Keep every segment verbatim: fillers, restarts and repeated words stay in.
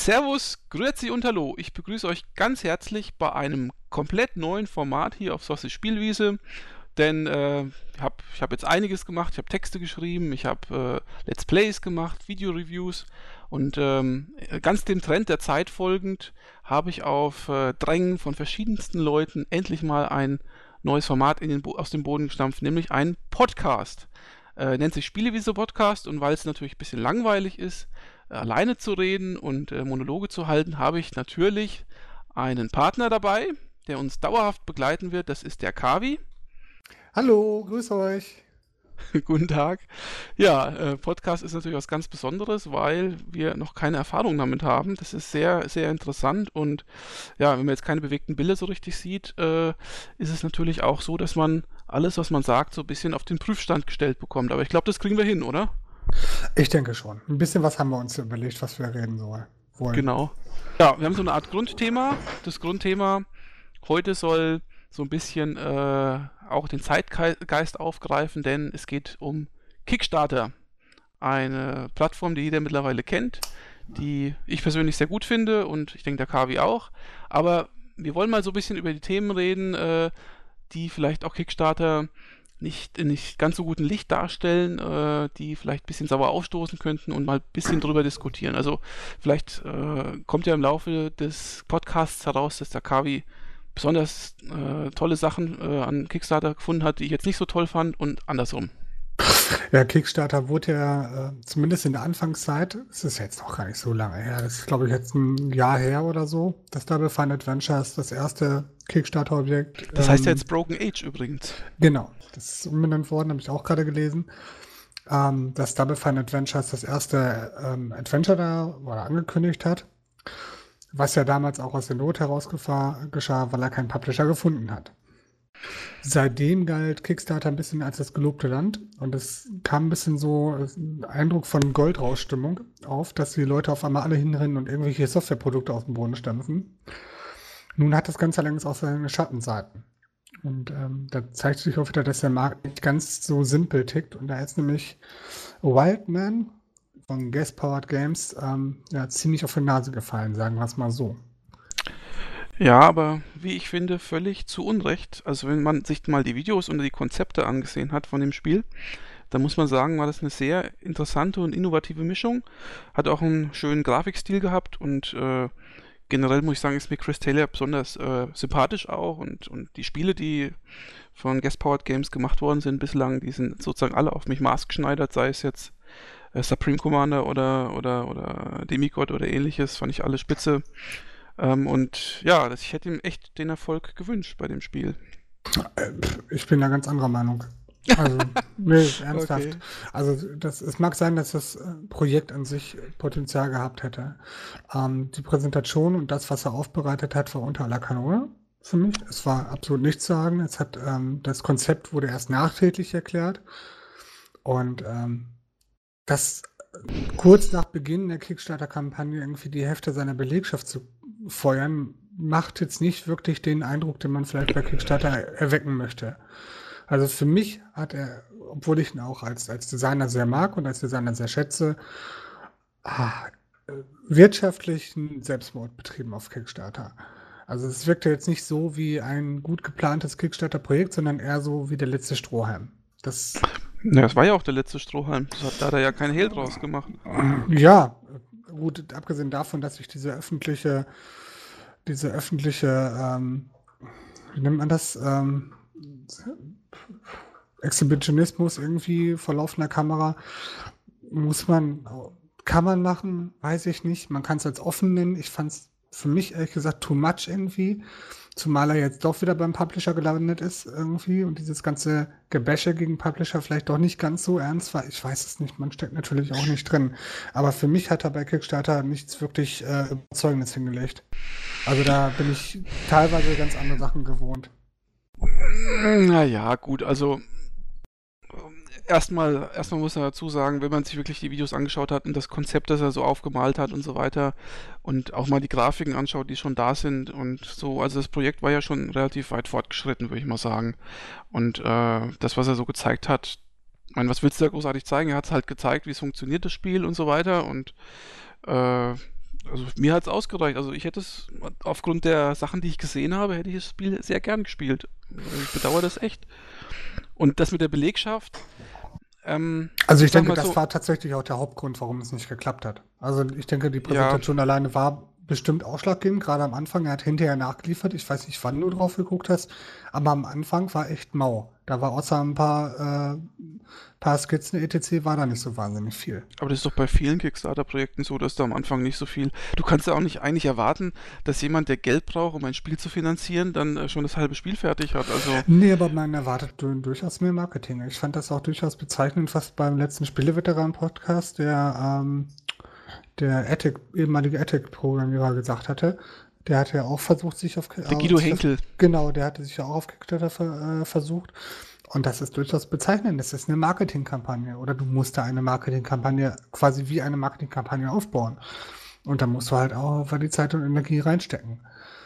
Servus, Grüezi und Hallo. Ich begrüße euch ganz herzlich bei einem komplett neuen Format hier auf Sauce Spielwiese. Denn äh, ich habe ich hab jetzt einiges gemacht. Ich habe Texte geschrieben, ich habe äh, Let's Plays gemacht, Video-Reviews. Und ähm, ganz dem Trend der Zeit folgend habe ich auf äh, Drängen von verschiedensten Leuten endlich mal ein neues Format in den Bo- aus dem Boden gestampft, nämlich einen Podcast. Äh, nennt sich Spielewiese Podcast, und weil es natürlich ein bisschen langweilig ist, äh, alleine zu reden und äh, Monologe zu halten, habe ich natürlich einen Partner dabei, der uns dauerhaft begleiten wird. Das ist der Kavi. Hallo, grüß euch. Guten Tag. Ja, äh, Podcast ist natürlich was ganz Besonderes, weil wir noch keine Erfahrung damit haben. Das ist sehr, sehr interessant, und ja, wenn man jetzt keine bewegten Bilder so richtig sieht, äh, ist es natürlich auch so, dass man alles, was man sagt, so ein bisschen auf den Prüfstand gestellt bekommt. Aber ich glaube, das kriegen wir hin, oder? Ich denke schon. Ein bisschen was haben wir uns überlegt, was wir reden soll, wollen. Genau. Ja, wir haben so eine Art Grundthema. Das Grundthema heute soll so ein bisschen äh, auch den Zeitgeist aufgreifen, denn es geht um Kickstarter. Eine Plattform, die jeder mittlerweile kennt, die ich persönlich sehr gut finde, und ich denke der Kavi auch. Aber wir wollen mal so ein bisschen über die Themen reden, äh, die vielleicht auch Kickstarter nicht in nicht ganz so guten Licht darstellen, äh, die vielleicht ein bisschen sauer aufstoßen könnten, und mal ein bisschen drüber diskutieren. Also vielleicht äh, kommt ja im Laufe des Podcasts heraus, dass der Kavi besonders äh, tolle Sachen äh, an Kickstarter gefunden hat, die ich jetzt nicht so toll fand, und andersrum. Ja, Kickstarter wurde ja, äh, zumindest in der Anfangszeit, es ist jetzt noch gar nicht so lange her, das ist, glaube ich, jetzt ein Jahr her oder so, dass Double Fine Adventures das erste Kickstarter-Objekt. Das heißt ja Ähm, jetzt Broken Age übrigens. genau, das ist umbenannt worden, habe ich auch gerade gelesen. Ähm, dass Double Fine Adventures das erste ähm, Adventure da oder angekündigt hat, was ja damals auch aus der Not heraus gefahr- geschah, weil er keinen Publisher gefunden hat. Seitdem galt Kickstarter ein bisschen als das gelobte Land, und es kam ein bisschen so ein Eindruck von Goldrauschstimmung auf, dass die Leute auf einmal alle hinrennen und irgendwelche Softwareprodukte aus dem Boden stampfen. Nun hat das Ganze allerdings auch seine Schattenseiten. Und ähm, da zeigt sich auch wieder, dass der Markt nicht ganz so simpel tickt. Und da ist nämlich Wildman von Gas Powered Games ähm, ja, ziemlich auf die Nase gefallen, sagen wir es mal so. Ja, aber wie ich finde, völlig zu Unrecht. Also wenn man sich mal die Videos und die Konzepte angesehen hat von dem Spiel, dann muss man sagen, war das eine sehr interessante und innovative Mischung. Hat auch einen schönen Grafikstil gehabt, und äh, generell muss ich sagen, ist mir Chris Taylor besonders äh, sympathisch auch, und, und die Spiele, die von Gas Powered Games gemacht worden sind bislang, die sind sozusagen alle auf mich maßgeschneidert, sei es jetzt äh, Supreme Commander oder, oder, oder Demigod oder ähnliches, fand ich alle spitze. Ähm, und ja, das, ich hätte ihm echt den Erfolg gewünscht bei dem Spiel. Äh, pf, Ich bin da ganz anderer Meinung. Also, nee, Okay. ernsthaft. Also, das, es mag sein, dass das äh, Projekt an sich Potenzial gehabt hätte. Ähm, die Präsentation und das, was er aufbereitet hat, war unter aller Kanone für mich. Es war absolut nichts zu sagen. Es hat, ähm, das Konzept wurde erst nachträglich erklärt. Und ähm, das kurz nach Beginn der Kickstarter-Kampagne irgendwie die Hälfte seiner Belegschaft zu feuern, macht jetzt nicht wirklich den Eindruck, den man vielleicht bei Kickstarter erwecken möchte. Also für mich hat er, obwohl ich ihn auch als, als Designer sehr mag und als Designer sehr schätze, ah, äh, wirtschaftlichen Selbstmord betrieben auf Kickstarter. Also es wirkte jetzt nicht so wie ein gut geplantes Kickstarter-Projekt, sondern eher so wie der letzte Strohhalm. Das, Ja, das war ja auch der letzte Strohhalm. Das hat, da hat er ja keinen Hehl draus gemacht. ja, gut, abgesehen davon, dass sich diese öffentliche, diese öffentliche, ähm, wie nennt man das, ähm, Exhibitionismus irgendwie vor laufender Kamera, muss man, kann man machen, weiß ich nicht. Man kann es als offen nennen. Ich fand es für mich ehrlich gesagt too much irgendwie. Zumal er jetzt doch wieder beim Publisher gelandet ist irgendwie und dieses ganze Gebäsche gegen Publisher vielleicht doch nicht ganz so ernst war. Ich weiß es nicht, man steckt natürlich auch nicht drin. Aber für mich hat er bei Kickstarter nichts wirklich äh, Überzeugendes hingelegt. Also da bin ich teilweise ganz andere Sachen gewohnt. Naja, gut, also erstmal, erstmal muss man dazu sagen, wenn man sich wirklich die Videos angeschaut hat und das Konzept, das er so aufgemalt hat und so weiter, und auch mal die Grafiken anschaut, die schon da sind und so, also das Projekt war ja schon relativ weit fortgeschritten, würde ich mal sagen. Und äh, das, was er so gezeigt hat, ich meine, was willst du da großartig zeigen? Er hat es halt gezeigt, wie es funktioniert, das Spiel und so weiter, und äh, Also mir hat es ausgereicht. Also ich hätte es, aufgrund der Sachen, die ich gesehen habe, hätte ich das Spiel sehr gern gespielt. Also ich bedauere das echt. Und das mit der Belegschaft, ähm, Also ich ich sag denke, mal das so, war tatsächlich auch der Hauptgrund, warum es nicht geklappt hat. Also ich denke, die ja, Präsentation alleine war bestimmt ausschlaggebend, gerade am Anfang. Er hat hinterher nachgeliefert. Ich weiß nicht, wann du drauf geguckt hast, aber am Anfang war echt mau. Da war außer ein paar, äh, paar Skizzen et cetera war da nicht so wahnsinnig viel. aber das ist doch bei vielen Kickstarter-Projekten so, dass da am Anfang nicht so viel. Du kannst ja auch nicht eigentlich erwarten, dass jemand, der Geld braucht, um ein Spiel zu finanzieren, dann äh, schon das halbe Spiel fertig hat. Also, Nee, aber man erwartet du- durchaus mehr Marketing. Ich fand das auch durchaus bezeichnend, was beim letzten Spieleveteran-Podcast der, ähm, der Attic, ehemalige Attic-Programmierer gesagt hatte. Der hatte ja auch versucht, sich auf, der äh, Guido sich auf Henkel. genau, der hatte sich ja auch auf Kickstarter ver, äh, versucht. Und das ist durchaus bezeichnend. Das ist eine Marketingkampagne. Oder du musst da eine Marketingkampagne, quasi wie eine Marketingkampagne aufbauen. Und da musst du halt auch die Zeit und Energie reinstecken.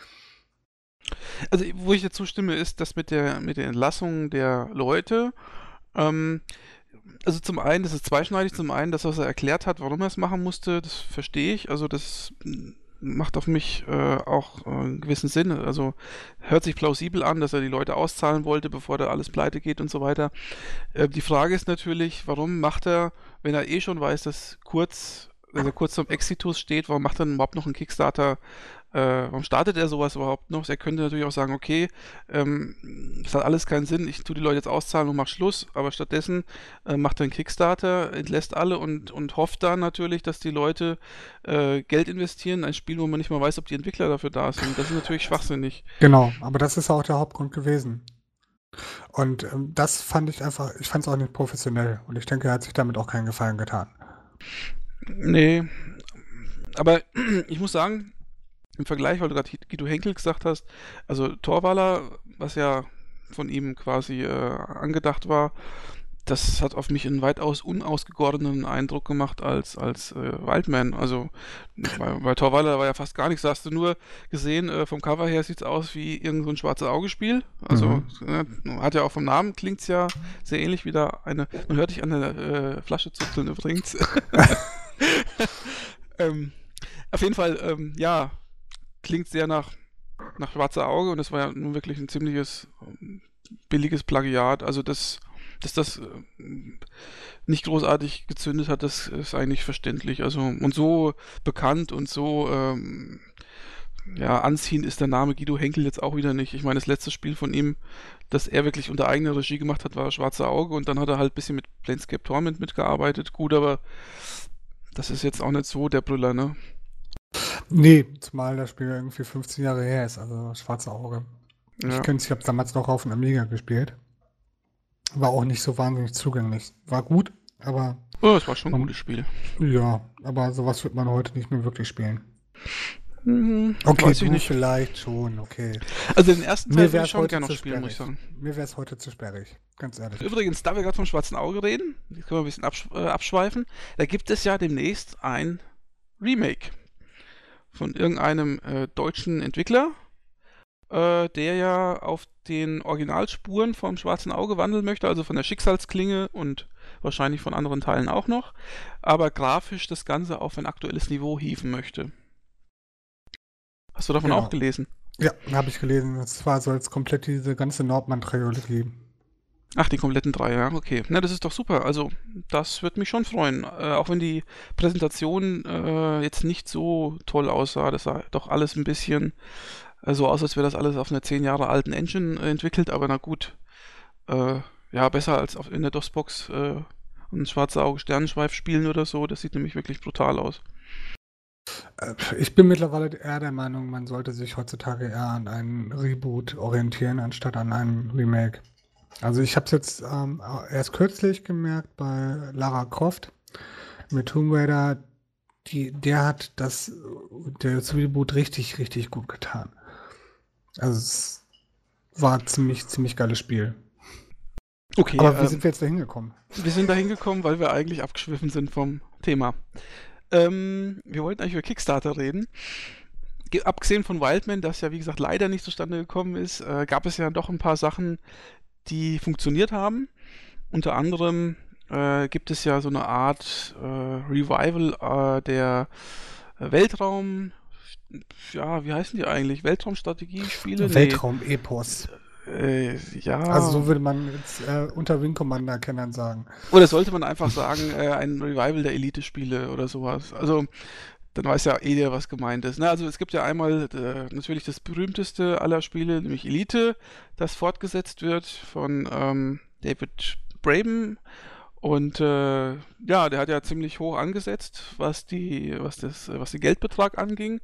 Also, wo ich dir zustimme, ist das mit der, mit der Entlassung der Leute. Ähm, also zum einen, das ist zweischneidig, zum einen, das, was er erklärt hat, warum er es machen musste, das verstehe ich. Also das mm, macht auf mich äh, auch äh, einen gewissen Sinn. Also hört sich plausibel an, dass er die Leute auszahlen wollte, bevor da alles pleite geht und so weiter. Äh, die Frage ist natürlich, warum macht er, wenn er eh schon weiß, dass kurz, dass er kurz zum Exitus steht, warum macht er denn überhaupt noch einen Kickstarter? Äh, warum startet er sowas überhaupt noch? Er könnte natürlich auch sagen, okay, ähm, das hat alles keinen Sinn, ich tue die Leute jetzt auszahlen und mach Schluss, aber stattdessen äh, macht er einen Kickstarter, entlässt alle und, und hofft dann natürlich, dass die Leute äh, Geld investieren in ein Spiel, wo man nicht mal weiß, ob die Entwickler dafür da sind. Das ist natürlich schwachsinnig. Genau, aber das ist auch der Hauptgrund gewesen. Und ähm, das fand ich einfach, ich fand es auch nicht professionell. Und ich denke, er hat sich damit auch keinen Gefallen getan. Nee, aber ich muss sagen, im Vergleich, weil du gerade Guido Henkel gesagt hast, also Torwaller, was ja von ihm quasi äh, angedacht war, das hat auf mich einen weitaus unausgegorenen Eindruck gemacht als, als äh, Wildman. Also bei, bei Torwaller war ja fast gar nichts. Da hast du nur gesehen, äh, vom Cover her sieht es aus wie irgend so ein schwarzes Augespiel. Also Mhm. äh, hat ja auch vom Namen, klingt es ja sehr ähnlich wie da eine, man hört dich an der äh, Flasche zuzeln übrigens. ähm, auf jeden Fall, ähm, ja, klingt sehr nach, nach Schwarzer Auge und das war ja nun wirklich ein ziemliches ähm, billiges Plagiat. Also das, dass das ähm, nicht großartig gezündet hat, das ist eigentlich verständlich. Also und so bekannt und so ähm, ja, anziehend ist der Name Guido Henkel jetzt auch wieder nicht. Ich meine, das letzte Spiel von ihm, das er wirklich unter eigener Regie gemacht hat, war Schwarze Auge und dann hat er halt ein bisschen mit Planescape Torment mitgearbeitet. Gut, aber das ist jetzt auch nicht so der Brüller, ne? Nee, zumal das Spiel irgendwie fünfzehn Jahre her ist, also Schwarze Auge. Ich Ja. kenne es, ich habe es damals noch auf dem Amiga gespielt. War auch nicht so wahnsinnig zugänglich. War gut, aber Oh, es war schon ein man, gutes Spiel. ja, aber sowas wird man heute nicht mehr wirklich spielen. Hm, Okay, weiß ich du nicht. vielleicht schon, okay. Also den ersten Teil Mir würde wäre ich es schon heute gerne noch zu spielen, muss ich sperrig. sagen. Mir wäre es heute zu sperrig, ganz ehrlich. Übrigens, da wir gerade vom Schwarzen Auge reden, jetzt können wir ein bisschen absch äh, abschweifen, da gibt es ja demnächst ein Remake von irgendeinem äh, deutschen Entwickler, äh, der ja auf den Originalspuren vom Schwarzen Auge wandeln möchte, also von der Schicksalsklinge und wahrscheinlich von anderen Teilen auch noch, aber grafisch das Ganze auf ein aktuelles Niveau hieven möchte. Hast du davon auch Genau. gelesen? Ja, habe ich gelesen. Und zwar soll es komplett diese ganze Nordmann-Trilogie. Ach, die kompletten drei, ja, okay. Na, das ist doch super. Also, das würde mich schon freuen. Äh, auch wenn die Präsentation äh, jetzt nicht so toll aussah. Das sah doch alles ein bisschen äh, so aus, als wäre das alles auf einer zehn Jahre alten Engine äh, entwickelt. Aber na gut, äh, ja, besser als auf, in der DOS-Box äh, ein schwarze Auge Sternenschweif spielen oder so. Das sieht nämlich wirklich brutal aus. Äh, Ich bin mittlerweile eher der Meinung, man sollte sich heutzutage eher an einen Reboot orientieren, anstatt an einen Remake. Also ich habe es jetzt ähm, erst kürzlich gemerkt bei Lara Croft mit Tomb Raider, die, der hat das, das Reboot richtig, richtig gut getan. Also es war ein ziemlich, ziemlich geiles Spiel. Okay, Aber wie ähm, sind wir jetzt da hingekommen? wir sind da hingekommen, weil wir eigentlich abgeschwiffen sind vom Thema. Ähm, wir wollten eigentlich über Kickstarter reden. Ge- Abgesehen von Wildman, das ja wie gesagt leider nicht zustande gekommen ist, äh, gab es ja doch ein paar Sachen, die funktioniert haben. Unter anderem äh, gibt es ja so eine Art äh, Revival äh, der Weltraum, ja, wie heißen die eigentlich? Weltraumstrategiespiele? Nee. Weltraum-Epos. Äh, ja. Also so würde man jetzt äh, unter Wing Commander-Kennern sagen. Oder sollte man einfach sagen, äh, ein Revival der Elite-Spiele oder sowas. Also, dann weiß ja eh der, was gemeint ist. Ne? Also es gibt ja einmal äh, natürlich das berühmteste aller Spiele, nämlich Elite, das fortgesetzt wird von ähm, David Braben. Und äh, ja, der hat ja ziemlich hoch angesetzt, was die, was das, was den Geldbetrag anging.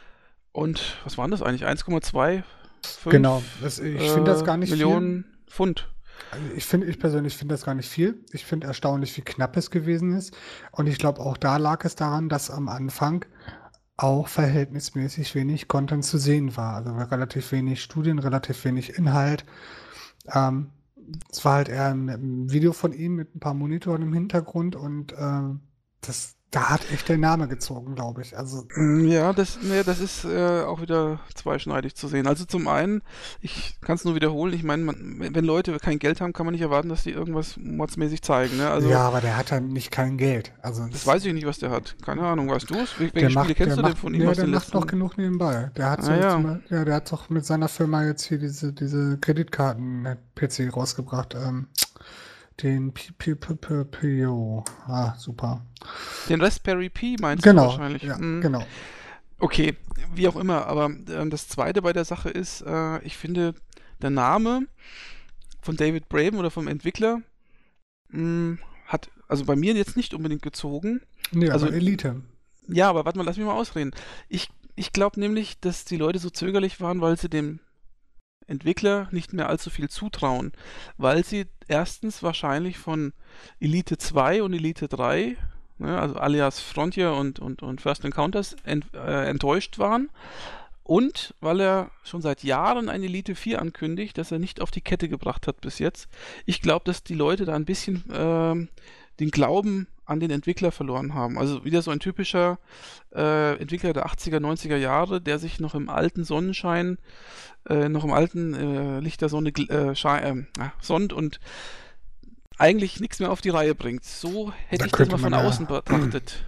Und was waren das eigentlich? eins Komma zwei fünf Genau, das, ich äh, finde das gar nicht Millionen Pfund. Also ich finde, ich persönlich finde das gar nicht viel. Ich finde erstaunlich, wie knapp es gewesen ist. Und ich glaube, auch da lag es daran, dass am Anfang auch verhältnismäßig wenig Content zu sehen war. Also relativ wenig Studien, relativ wenig Inhalt. Ähm, es war halt eher ein, ein Video von ihm mit ein paar Monitoren im Hintergrund und ähm, das, da hat echt der Name gezogen, glaube ich. Also Mm, Ja, das, nee, das ist äh, auch wieder zweischneidig zu sehen. Also zum einen, ich kann es nur wiederholen, ich meine, man, wenn wenn Leute kein Geld haben, kann man nicht erwarten, dass die irgendwas mordsmäßig zeigen. Ne? Also ja, aber der hat dann nicht kein Geld. Also das es, weiß ich nicht, was der hat. Keine Ahnung, weißt du es? Wel- der Welche Spiele macht, kennst der du denn macht, von ihm ja, aus der den macht noch letzten? genug nebenbei. Der hat so Ah zum ja, Beispiel, ja, der hat doch mit seiner Firma jetzt hier diese, diese Kreditkarten-P C rausgebracht. Ähm, den P P P P P O. Ah, super. den Raspberry Pi meinst du Genau, wahrscheinlich. ja, Mm, genau. Okay, wie auch immer, aber ähm, das Zweite bei der Sache ist, äh, ich finde, der Name von David Braben oder vom Entwickler mh, hat also bei mir jetzt nicht unbedingt gezogen. Nee, Also aber Elite. ja, aber warte mal, lass mich mal ausreden. Ich, ich glaube nämlich, dass die Leute so zögerlich waren, weil sie dem Entwickler nicht mehr allzu viel zutrauen. Weil sie erstens wahrscheinlich von Elite zwei und Elite drei, ne, also alias Frontier und, und, und First Encounters, ent, äh, enttäuscht waren. Und weil er schon seit Jahren ein Elite vier ankündigt, das er nicht auf die Kette gebracht hat bis jetzt. Ich glaube, dass die Leute da ein bisschen ähm, den Glauben an den Entwickler verloren haben. Also wieder so ein typischer äh, Entwickler der achtziger, neunziger Jahre, der sich noch im alten Sonnenschein, äh, noch im alten äh, Licht der Sonne gl- äh, schei- ähm, ah, sonnt und eigentlich nichts mehr auf die Reihe bringt. So hätte Da ich das könnte mal man von außen ja. betrachtet.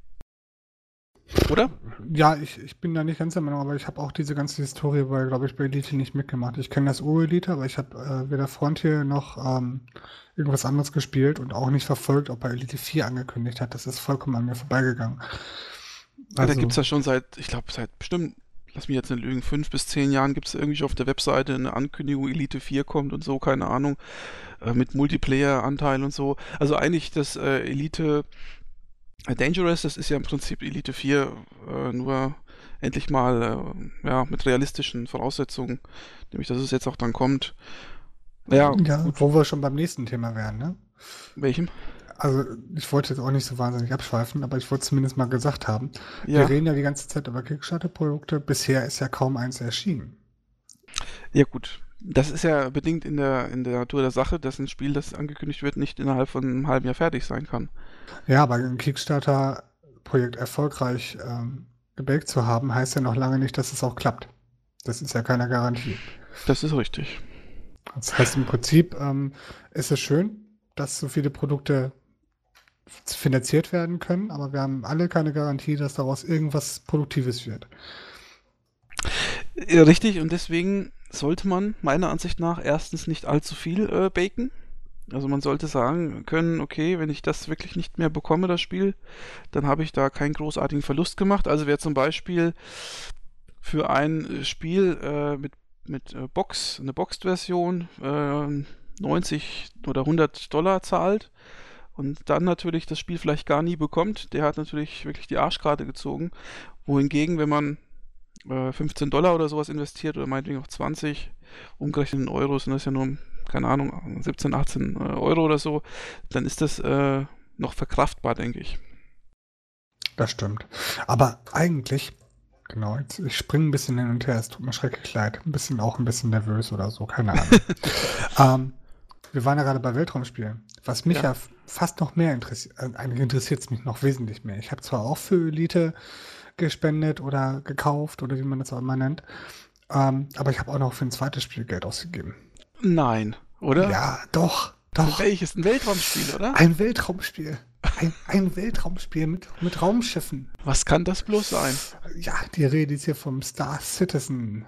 Oder? Ja, ich, ich bin da nicht ganz der Meinung, aber ich habe auch diese ganze Historie bei, glaube ich, bei Elite nicht mitgemacht. Ich kenne das Ur-Elite, aber ich habe äh, weder Frontier noch ähm, irgendwas anderes gespielt und auch nicht verfolgt, ob er Elite vier angekündigt hat. Das ist vollkommen an mir vorbeigegangen. Ja, da gibt es Also, ja schon seit, ich glaube, seit bestimmt, lass mich jetzt nicht lügen, fünf bis zehn Jahren gibt es irgendwie schon auf der Webseite eine Ankündigung, Elite vier kommt und so, keine Ahnung, äh, mit Multiplayer-Anteil und so. Also eigentlich das äh, Elite äh, Dangerous, das ist ja im Prinzip Elite vier, äh, nur endlich mal äh, ja, mit realistischen Voraussetzungen, nämlich dass es jetzt auch dann kommt. Ja, ja, gut, wo wir schon beim nächsten Thema wären, ne? welchem? Also, ich wollte jetzt auch nicht so wahnsinnig abschweifen, aber ich wollte zumindest mal gesagt haben. Wir Ja, reden ja die ganze Zeit über Kickstarter-Produkte. Bisher ist ja kaum eins erschienen. ja gut. Das ist ja bedingt in der, in der Natur der Sache, dass ein Spiel, das angekündigt wird, nicht innerhalb von einem halben Jahr fertig sein kann. Ja, aber ein Kickstarter-Projekt erfolgreich ähm, gebackt zu haben, heißt ja noch lange nicht, dass es auch klappt. Das ist ja keine Garantie. Das ist richtig. Das heißt, im Prinzip ähm, ist es schön, dass so viele Produkte finanziert werden können, aber wir haben alle keine Garantie, dass daraus irgendwas Produktives wird. Ja, richtig, und deswegen sollte man meiner Ansicht nach erstens nicht allzu viel äh, baken. Also man sollte sagen können, okay, wenn ich das wirklich nicht mehr bekomme, das Spiel, dann habe ich da keinen großartigen Verlust gemacht. Also wer zum Beispiel für ein äh, Spiel äh, mit, mit äh, Box, eine Boxed-Version, äh, neunzig oder hundert Dollar zahlt und dann natürlich das Spiel vielleicht gar nie bekommt, der hat natürlich wirklich die Arschkarte gezogen. Wohingegen, wenn man äh, fünfzehn Dollar oder sowas investiert oder meinetwegen auch zwanzig, umgerechnet in Euro sind das ja nur, keine Ahnung, siebzehn, achtzehn äh, Euro oder so, dann ist das äh, noch verkraftbar, denke ich. Das stimmt. Aber eigentlich, genau, jetzt, ich springe ein bisschen hin und her, es tut mir schrecklich leid. Ein bisschen auch ein bisschen nervös oder so, keine Ahnung. ähm, wir waren ja gerade bei Weltraumspielen. Was mich Ja. ja f- fast noch mehr interessiert, äh, eigentlich interessiert es mich noch wesentlich mehr. Ich habe zwar auch für Elite gespendet oder gekauft oder wie man das auch immer nennt, ähm, aber ich habe auch noch für ein zweites Spiel Geld ausgegeben. Nein, oder? Ja, doch, Für doch. welches? Ein Weltraumspiel, oder? Ein Weltraumspiel. Ein, ein Weltraumspiel mit, mit Raumschiffen. Was kann das bloß sein? Ja, die Rede ist hier vom Star Citizen.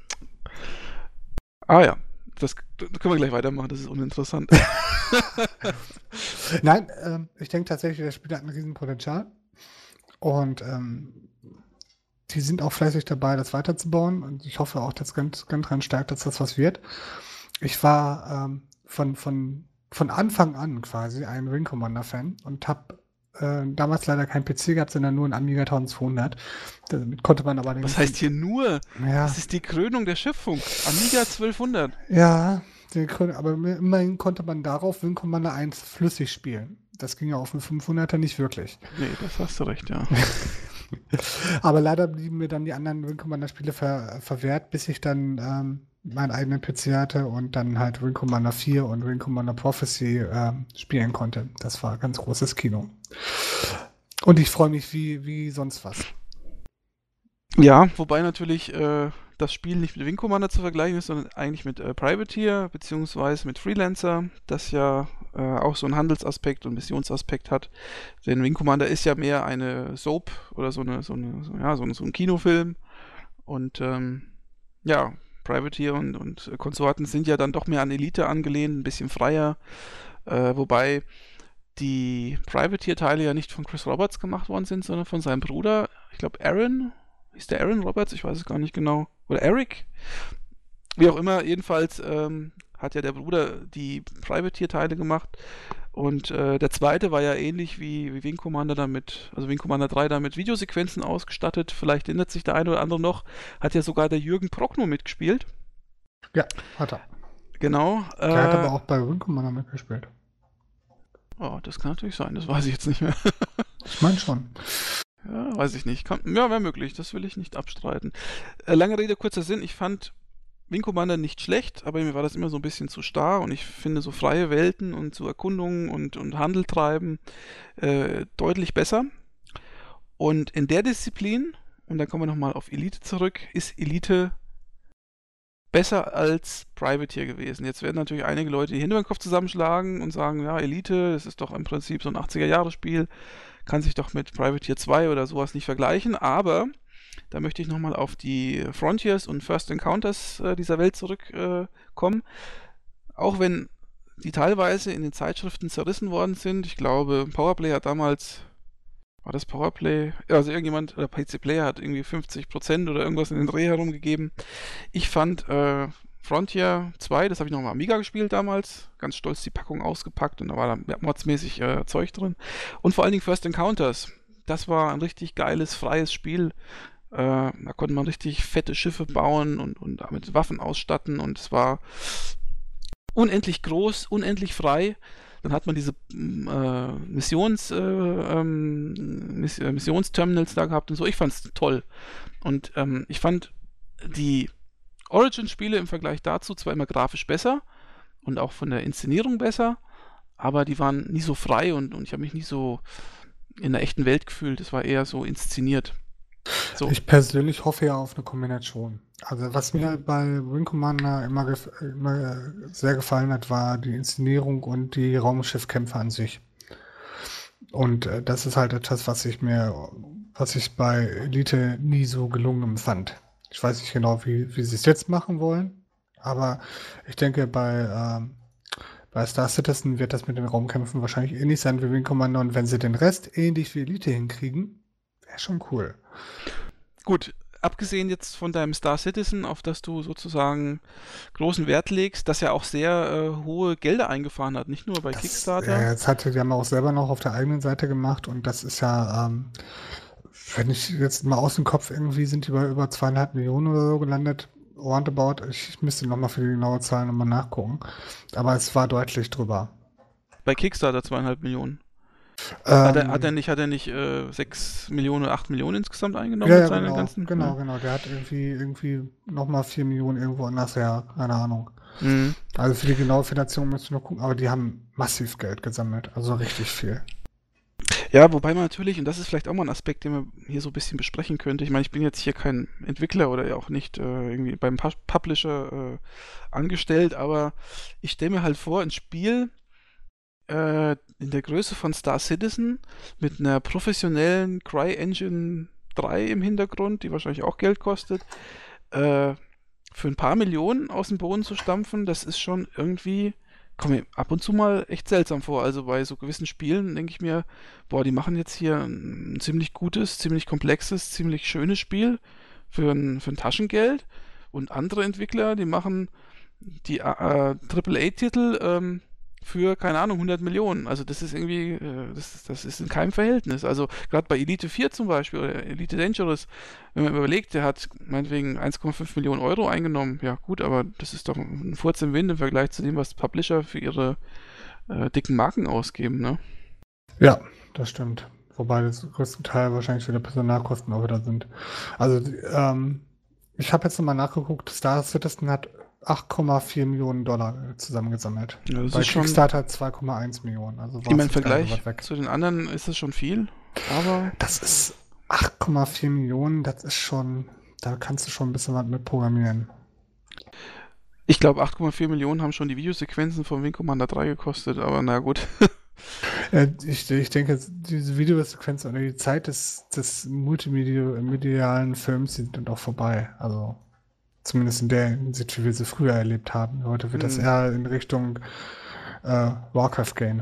Ah ja, das, das können wir gleich weitermachen, das ist uninteressant. Nein, ähm, ich denke tatsächlich, das Spiel hat ein Riesenpotenzial. Und ähm, die sind auch fleißig dabei, das weiterzubauen. Und ich hoffe auch, dass ganz, ganz dran stark, dass das was wird. Ich war ähm, von, von, von Anfang an quasi ein Wing Commander-Fan und habe äh, damals leider keinen P C gehabt, sondern nur einen Amiga eintausendzweihundert. Damit konnte man aber... Was heißt hier nur? Ja. Das ist die Krönung der Schöpfung. Amiga zwölfhundert. Ja, die Krönung, aber immerhin konnte man darauf Wing Commander eins flüssig spielen. Das ging ja auf dem fünfhunderter nicht wirklich. Nee, das hast du recht, ja. Aber leider blieben mir dann die anderen Wing Commander Spiele ver verwehrt, bis ich dann ähm, meinen eigenen P C hatte und dann halt Wing Commander vier und Wing Commander Prophecy ähm, spielen konnte. Das war ganz großes Kino. Und ich freue mich wie, wie sonst was. Ja, wobei natürlich äh, das Spiel nicht mit Wing Commander zu vergleichen ist, sondern eigentlich mit äh, Privateer beziehungsweise mit Freelancer, das ja äh, auch so einen Handelsaspekt und Missionsaspekt hat. Denn Wing Commander ist ja mehr eine Soap oder so eine, so eine, so, ja, so, ein, so ein Kinofilm. Und ähm, ja, Privateer und, und Konsorten sind ja dann doch mehr an Elite angelehnt, ein bisschen freier. Äh, wobei die Privateer-Teile ja nicht von Chris Roberts gemacht worden sind, sondern von seinem Bruder, ich glaube Aaron. Ist der Aaron Roberts? Ich weiß es gar nicht genau. Oder Eric? Wie auch immer, jedenfalls ähm, hat ja der Bruder die Privateer-Teile gemacht. Und äh, der zweite war ja ähnlich wie, wie Wing Commander damit, also Wing Commander drei da mit Videosequenzen ausgestattet. Vielleicht erinnert sich der eine oder andere noch. Hat ja sogar der Jürgen Prochnow mitgespielt. Ja, hat er. Genau. Der äh, hat aber auch bei Wing Commander mitgespielt. Oh, das kann natürlich sein, das weiß ich jetzt nicht mehr. Ich meine schon. Ja, weiß ich nicht. Kann, ja, wäre möglich, das will ich nicht abstreiten. Äh, lange Rede, kurzer Sinn, ich fand Wing Commander nicht schlecht, aber mir war das immer so ein bisschen zu starr und ich finde so freie Welten und so Erkundungen und, und Handel treiben äh, deutlich besser. Und in der Disziplin, und da kommen wir nochmal auf Elite zurück, ist Elite besser als Privateer gewesen. Jetzt werden natürlich einige Leute die Hände über den Kopf zusammenschlagen und sagen, ja, Elite, das ist doch im Prinzip so ein achtziger-Jahre-Spiel, kann sich doch mit Privateer zwei oder sowas nicht vergleichen, aber da möchte ich nochmal auf die Frontiers und First Encounters äh, dieser Welt zurückkommen. Äh, auch wenn die teilweise in den Zeitschriften zerrissen worden sind, ich glaube, Powerplay hat damals, war das Powerplay? Also irgendjemand, oder P C Player hat irgendwie fünfzig Prozent oder irgendwas in den Dreh herumgegeben. Ich fand äh, Frontier zwei, das habe ich noch mal Amiga gespielt damals, ganz stolz die Packung ausgepackt und da war da modsmäßig äh, Zeug drin. Und vor allen Dingen First Encounters, das war ein richtig geiles, freies Spiel. Äh, da konnte man richtig fette Schiffe bauen und, und damit Waffen ausstatten und es war unendlich groß, unendlich frei. Dann hat man diese äh, Missions, äh, ähm, Miss Missionsterminals da gehabt und so. Ich fand es toll. Und ähm, ich fand die Origin-Spiele im Vergleich dazu zwar immer grafisch besser und auch von der Inszenierung besser, aber die waren nie so frei und, und ich habe mich nie so in der echten Welt gefühlt. Es war eher so inszeniert. So. Ich persönlich hoffe ja auf eine Kombination. Also was mir bei Wing Commander immer, gef immer sehr gefallen hat, war die Inszenierung und die Raumschiffkämpfe an sich. Und äh, das ist halt etwas, was ich mir, was ich bei Elite nie so gelungen fand. Ich weiß nicht genau, wie, wie sie es jetzt machen wollen, aber ich denke, bei, ähm, bei Star Citizen wird das mit den Raumkämpfen wahrscheinlich ähnlich sein wie Wing Commander und wenn sie den Rest ähnlich wie Elite hinkriegen, wäre schon cool. Gut, abgesehen jetzt von deinem Star Citizen, auf das du sozusagen großen Wert legst, das ja auch sehr äh, hohe Gelder eingefahren hat, nicht nur bei Das, Kickstarter. äh, jetzt hatte, die haben auch selber noch auf der eigenen Seite gemacht und das ist ja, ähm, wenn ich jetzt mal aus dem Kopf irgendwie sind die bei über zweieinhalb Millionen oder so gelandet, roundabout. Ich, ich müsste nochmal für die genaue Zahl nochmal nachgucken, aber es war deutlich drüber. Bei Kickstarter zweieinhalb Millionen. Ähm, Hat er, hat er nicht, hat er nicht äh, sechs Millionen oder acht Millionen insgesamt eingenommen ja, mit ja, seinen genau, ganzen? genau, Ja. genau. Der hat irgendwie, irgendwie nochmal vier Millionen irgendwo anders her, keine Ahnung. Mhm. Also für die genaue Finanzierung müsst ihr noch gucken, aber die haben massiv Geld gesammelt, also richtig viel. Ja, wobei man natürlich, und das ist vielleicht auch mal ein Aspekt, den man hier so ein bisschen besprechen könnte. Ich meine, ich bin jetzt hier kein Entwickler oder ja auch nicht äh, irgendwie beim Pu- Publisher äh, angestellt, aber ich stelle mir halt vor, ein Spiel äh, in der Größe von Star Citizen mit einer professionellen CryEngine drei im Hintergrund, die wahrscheinlich auch Geld kostet, äh, für ein paar Millionen aus dem Boden zu stampfen, das ist schon irgendwie, kommt mir ab und zu mal echt seltsam vor. Also bei so gewissen Spielen denke ich mir, boah, die machen jetzt hier ein ziemlich gutes, ziemlich komplexes, ziemlich schönes Spiel für ein, für ein Taschengeld. Und andere Entwickler, die machen die äh, Triple A-Titel ähm, für, keine Ahnung, hundert Millionen. Also das ist irgendwie, äh, das, das ist in keinem Verhältnis. Also gerade bei Elite vier zum Beispiel oder Elite Dangerous, wenn man überlegt, der hat meinetwegen eins Komma fünf Millionen Euro eingenommen. Ja gut, aber das ist doch ein Furz im Wind im Vergleich zu dem, was Publisher für ihre äh, dicken Marken ausgeben, ne? Ja, das stimmt. Wobei das größte Teil wahrscheinlich wieder Personalkosten auch wieder sind. Also, ähm, ich habe jetzt nochmal nachgeguckt, Star Citizen hat acht Komma vier Millionen Dollar zusammengesammelt. Ja, das Bei ist schon, Kickstarter zwei Komma eins Millionen. Also ich war meine, es im jetzt gar nicht so Vergleich weit weg. zu den anderen ist es schon viel, aber Das ist acht Komma vier Millionen, das ist schon, da kannst du schon ein bisschen was mit programmieren. ich glaube, acht Komma vier Millionen haben schon die Videosequenzen von Wing Commander drei gekostet, aber na gut. Äh, ich, ich denke, diese Videosequenz oder die Zeit des, des multimedialen Films, die sind auch vorbei. Also zumindest in der Hinsicht, wie wir sie früher erlebt haben. Heute wird das Hm. eher in Richtung äh, Warcraft gehen.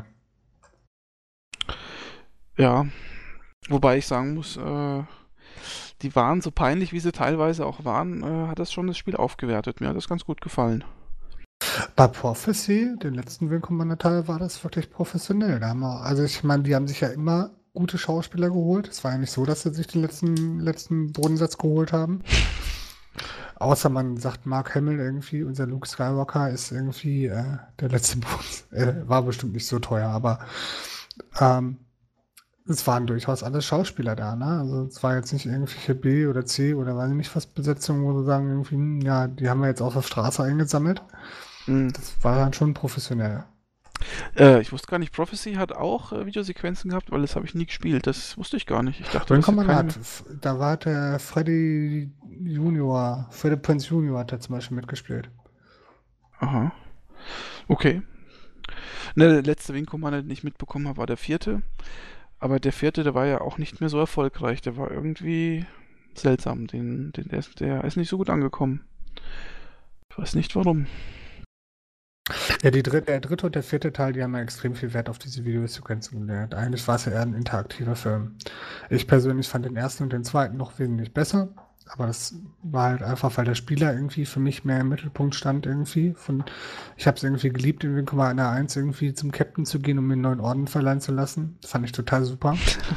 Ja, wobei ich sagen muss, äh, die waren so peinlich, wie sie teilweise auch waren, äh, hat das schon das Spiel aufgewertet. Mir hat das ganz gut gefallen. Bei Prophecy, den letzten Wing Commander Teil, war das wirklich professionell. Da haben wir, also ich meine, die haben sich ja immer gute Schauspieler geholt. Es war ja nicht so, dass sie sich den letzten, letzten Bodensatz geholt haben. Außer man sagt, Mark Hamill irgendwie, unser Luke Skywalker ist irgendwie äh, der letzte Bodensatz. Äh, war bestimmt nicht so teuer, aber ähm, es waren durchaus alle Schauspieler da, ne? Also es war jetzt nicht irgendwelche B oder C oder weiß ich nicht was Besetzungen, wo sie sagen, irgendwie, hm, ja, die haben wir jetzt auf der Straße eingesammelt. Hm. Das war dann schon professionell. Äh, ich wusste gar nicht, Prophecy hat auch äh, Videosequenzen gehabt, weil das habe ich nie gespielt. Das wusste ich gar nicht. Ich dachte, Wing das hätte Commander keine hat, f- da war der Freddy Junior, Freddy Prinze Junior hat da zum Beispiel mitgespielt. mehr. Aha. Okay. Ne, der letzte Wing Commander, den ich mitbekommen habe, war der vierte. Aber der vierte, der war ja auch nicht mehr so erfolgreich. Der war irgendwie seltsam. Den, den, der, ist, der ist nicht so gut angekommen. Ich weiß nicht warum. Ja, die dritte, der dritte und der vierte Teil, die haben ja extrem viel Wert auf diese Videosequenzen gelegt. Eigentlich war es ja eher ein interaktiver Film. Ich persönlich fand den ersten und den zweiten noch wesentlich besser, aber das war halt einfach, weil der Spieler irgendwie für mich mehr im Mittelpunkt stand irgendwie. Von, ich habe es irgendwie geliebt, in Wing Commander eins irgendwie zum Captain zu gehen, um mir einen neuen Orden verleihen zu lassen. Das fand ich total super.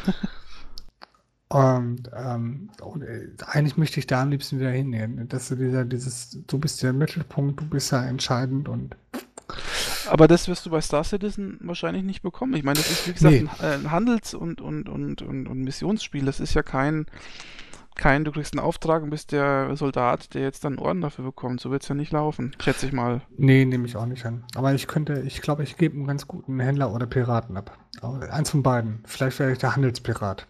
Und, ähm, und äh, eigentlich möchte ich da am liebsten wieder hingehen. Dass du dieser, dieses, du bist der Mittelpunkt, du bist ja entscheidend und Aber das wirst du bei Star Citizen wahrscheinlich nicht bekommen. Ich meine, das ist wie gesagt nee. ein, äh, ein Handels- und, und, und, und, und Missionsspiel. Das ist ja kein, kein, du kriegst einen Auftrag und bist der Soldat, der jetzt dann einen Orden dafür bekommt. So wird es ja nicht laufen, schätze ich mal. Nee, nehme ich auch nicht an. Aber ich könnte, ich glaube, ich gebe einen ganz guten Händler oder Piraten ab. Aber eins von beiden. Vielleicht wäre ich der Handelspirat.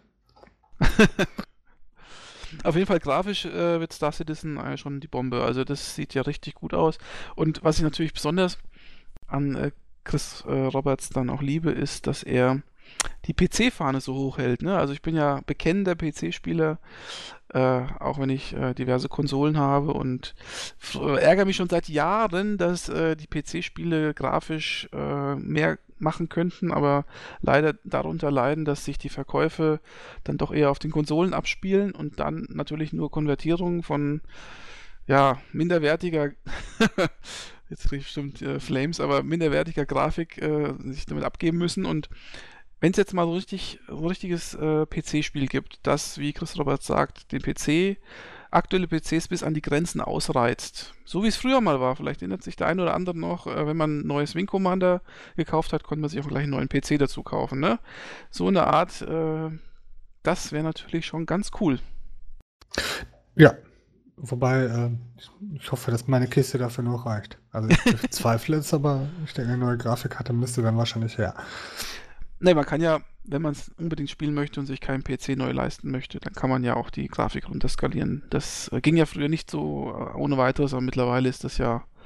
Auf jeden Fall grafisch äh, wird Star Citizen äh, schon die Bombe. Also das sieht ja richtig gut aus. Und was ich natürlich besonders an äh, Chris äh, Roberts dann auch liebe, ist, dass er die P C-Fahne so hoch hält. Ne? Also ich bin ja bekennender P C-Spieler, äh, auch wenn ich äh, diverse Konsolen habe und f- äh, ärgere mich schon seit Jahren, dass äh, die P C-Spiele grafisch äh, mehr machen könnten, aber leider darunter leiden, dass sich die Verkäufe dann doch eher auf den Konsolen abspielen und dann natürlich nur Konvertierungen von ja, minderwertiger, jetzt kriege ich bestimmt äh, Flames, aber minderwertiger Grafik äh, sich damit abgeben müssen. Und wenn es jetzt mal so richtig, so ein richtiges äh, P C-Spiel gibt, das, wie Chris Roberts sagt, den P C, aktuelle P Cs bis an die Grenzen ausreizt, so wie es früher mal war, vielleicht erinnert sich der ein oder andere noch, äh, wenn man ein neues Wing Commander gekauft hat, konnte man sich auch gleich einen neuen P C dazu kaufen, ne? So eine Art, äh, das wäre natürlich schon ganz cool. Ja. Wobei, äh, ich, ich hoffe, dass meine Kiste dafür noch reicht. Also ich bezweifle es, aber ich denke, eine neue Grafikkarte müsste dann wahrscheinlich her. Ne, man kann ja, wenn man es unbedingt spielen möchte und sich keinen P C neu leisten möchte, dann kann man ja auch die Grafik runterskalieren. Das äh, ging ja früher nicht so äh, ohne weiteres, aber mittlerweile ist das ja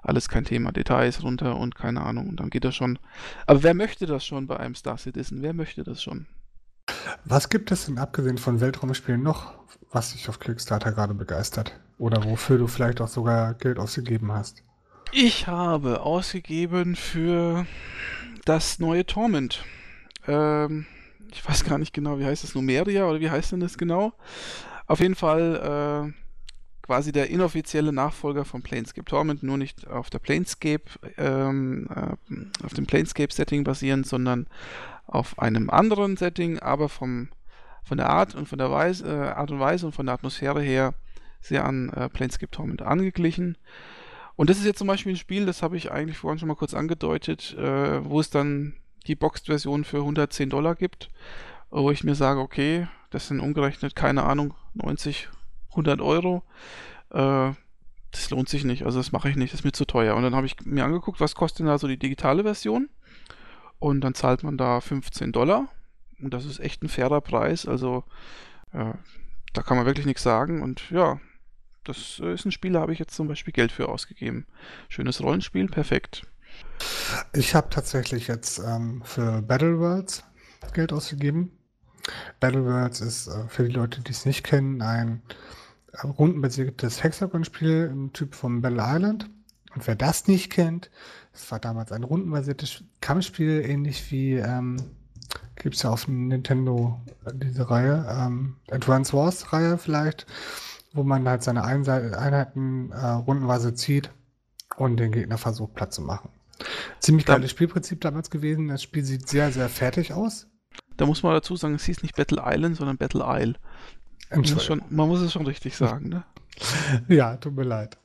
alles kein Thema. Details runter und keine Ahnung. Und dann geht das schon. Aber wer möchte das schon bei einem Star Citizen? Wer möchte das schon? Was gibt es denn abgesehen von Weltraumspielen noch, was dich auf Kickstarter gerade begeistert? Oder wofür du vielleicht auch sogar Geld ausgegeben hast? Ich habe ausgegeben für das neue Torment. Ähm, ich weiß gar nicht genau, wie heißt das? Numeria oder wie heißt denn das genau? Auf jeden Fall äh, quasi der inoffizielle Nachfolger von Planescape Torment, nur nicht auf der Planescape, ähm, äh, auf dem Planescape-Setting basierend, sondern auf einem anderen Setting, aber vom, von der Art und von der Weise, äh, Art und Weise und von der Atmosphäre her sehr an äh, Planescape Torment angeglichen. Und das ist jetzt zum Beispiel ein Spiel, das habe ich eigentlich vorhin schon mal kurz angedeutet, äh, wo es dann die Boxed-Version für hundertzehn Dollar gibt, wo ich mir sage, okay, das sind umgerechnet, keine Ahnung, neunzig, hundert Euro. Äh, das lohnt sich nicht, also das mache ich nicht, das ist mir zu teuer. Und dann habe ich mir angeguckt, was kostet denn da so die digitale Version? Und dann zahlt man da fünfzehn Dollar. Und das ist echt ein fairer Preis, also äh, da kann man wirklich nichts sagen. Und ja, das äh, ist ein Spiel, da habe ich jetzt zum Beispiel Geld für ausgegeben. Schönes Rollenspiel, perfekt. Ich habe tatsächlich jetzt ähm, für Battle Worlds Geld ausgegeben. Battle Worlds ist äh, für die Leute, die es nicht kennen, ein äh, rundenbasiertes Hexagon-Spiel im Typ von Battle Island. Und wer das nicht kennt, es war damals ein rundenbasiertes Kampfspiel, ähnlich wie ähm, gibt es ja auf Nintendo äh, diese Reihe, ähm, Advance Wars Reihe vielleicht, wo man halt seine Einse- Einheiten äh, rundenweise zieht und den Gegner versucht platt zu machen. Ziemlich Da, geiles Spielprinzip damals gewesen. Das Spiel sieht sehr, sehr fertig aus. da muss man dazu sagen, es hieß nicht Battle Island, sondern Battle Isle. Man muss, Entschuldigung. schon, man muss es schon richtig sagen, ne? Ja, tut mir leid.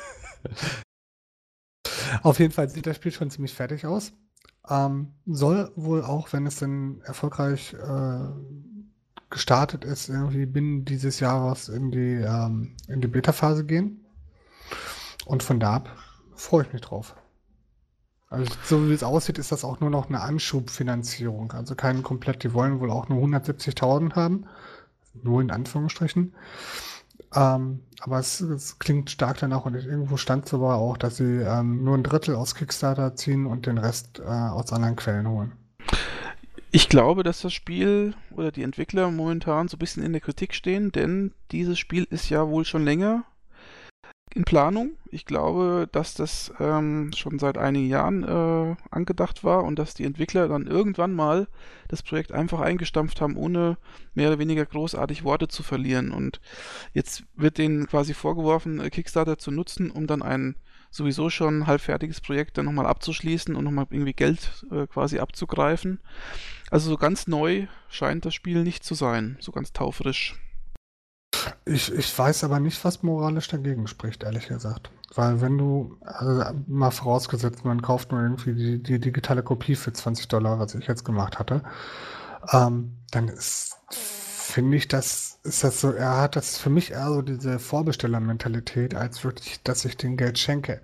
Auf jeden Fall sieht das Spiel schon ziemlich fertig aus. Ähm, soll wohl auch, wenn es denn erfolgreich äh, gestartet ist, irgendwie binnen dieses Jahres in die, ähm, in die Beta-Phase gehen. Und von da ab freue ich mich drauf. Also so wie es aussieht, ist das auch nur noch eine Anschubfinanzierung. Also kein komplett, die wollen wohl auch nur hundertsiebzigtausend haben. Nur in Anführungsstrichen. Ähm, aber es, es klingt stark danach und irgendwo stand es aber auch, dass sie ähm, nur ein Drittel aus Kickstarter ziehen und den Rest äh, aus anderen Quellen holen. Ich glaube, dass das Spiel oder die Entwickler momentan so ein bisschen in der Kritik stehen, denn dieses Spiel ist ja wohl schon länger in Planung. Ich glaube, dass das ähm, schon seit einigen Jahren äh, angedacht war und dass die Entwickler dann irgendwann mal das Projekt einfach eingestampft haben, ohne mehr oder weniger großartig Worte zu verlieren. Und jetzt wird denen quasi vorgeworfen, äh, Kickstarter zu nutzen, um dann ein sowieso schon halbfertiges Projekt dann nochmal abzuschließen und nochmal irgendwie Geld äh, quasi abzugreifen. Also so ganz neu scheint das Spiel nicht zu sein, so ganz taufrisch. Ich, ich weiß aber nicht, was moralisch dagegen spricht, ehrlich gesagt. Weil wenn du, also mal vorausgesetzt, man kauft nur irgendwie die, die digitale Kopie für zwanzig Dollar, was ich jetzt gemacht hatte, ähm, dann ist, finde ich, das ist das so, er hat das für mich eher so diese Vorbestellermentalität, als wirklich, dass ich den Geld schenke.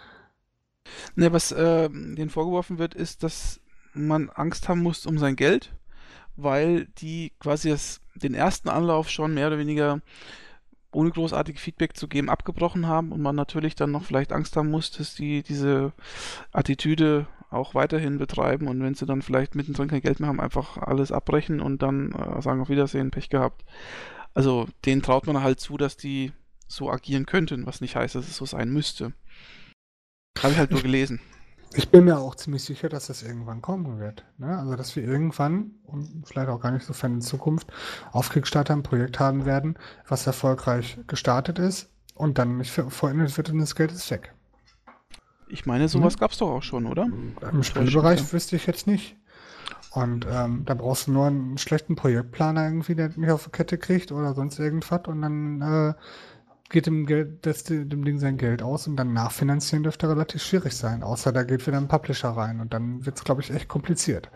Ne, was äh, denen vorgeworfen wird, ist, dass man Angst haben muss um sein Geld, weil die quasi das, den ersten Anlauf schon mehr oder weniger ohne großartig Feedback zu geben abgebrochen haben und man natürlich dann noch vielleicht Angst haben muss, dass die diese Attitüde auch weiterhin betreiben und wenn sie dann vielleicht mittendrin kein Geld mehr haben, einfach alles abbrechen und dann äh, sagen auf Wiedersehen, Pech gehabt. Also denen traut man halt zu, dass die so agieren könnten, was nicht heißt, dass es so sein müsste. Habe ich halt nur Ich, gelesen. ich bin mir auch ziemlich sicher, dass das irgendwann kommen wird. Ne? Also, dass wir irgendwann, und vielleicht auch gar nicht so fern in Zukunft, auf Kickstarter ein Projekt haben werden, was erfolgreich gestartet ist und dann nicht ver- vollendet wird und das Geld ist weg. Ich meine, Ne? sowas gab's doch auch schon, oder? Im Täusche ich mich da? Spielebereich wüsste ich jetzt nicht. Und ähm, da brauchst du nur einen schlechten Projektplaner irgendwie, der nicht auf die Kette kriegt oder sonst irgendwas und dann äh, geht dem, Geld, das, dem Ding sein Geld aus und dann nachfinanzieren dürfte relativ schwierig sein. Außer da geht wieder ein Publisher rein und dann wird es, glaube ich, echt kompliziert.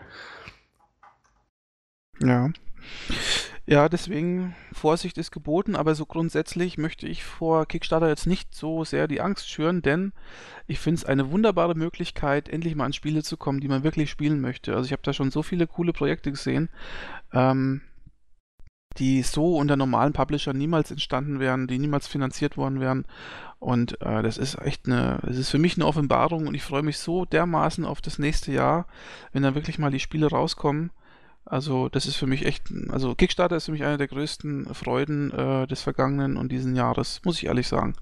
Ja. Ja, deswegen Vorsicht ist geboten, aber so grundsätzlich möchte ich vor Kickstarter jetzt nicht so sehr die Angst schüren, denn ich finde es eine wunderbare Möglichkeit, endlich mal an Spiele zu kommen, die man wirklich spielen möchte. Also ich habe da schon so viele coole Projekte gesehen. Ähm, die so unter normalen Publishern niemals entstanden wären, die niemals finanziert worden wären. Und äh, das ist echt eine, das ist für mich eine Offenbarung und ich freue mich so dermaßen auf das nächste Jahr, wenn dann wirklich mal die Spiele rauskommen. Also das ist für mich echt, also Kickstarter ist für mich eine der größten Freuden äh, des vergangenen und diesen Jahres, muss ich ehrlich sagen.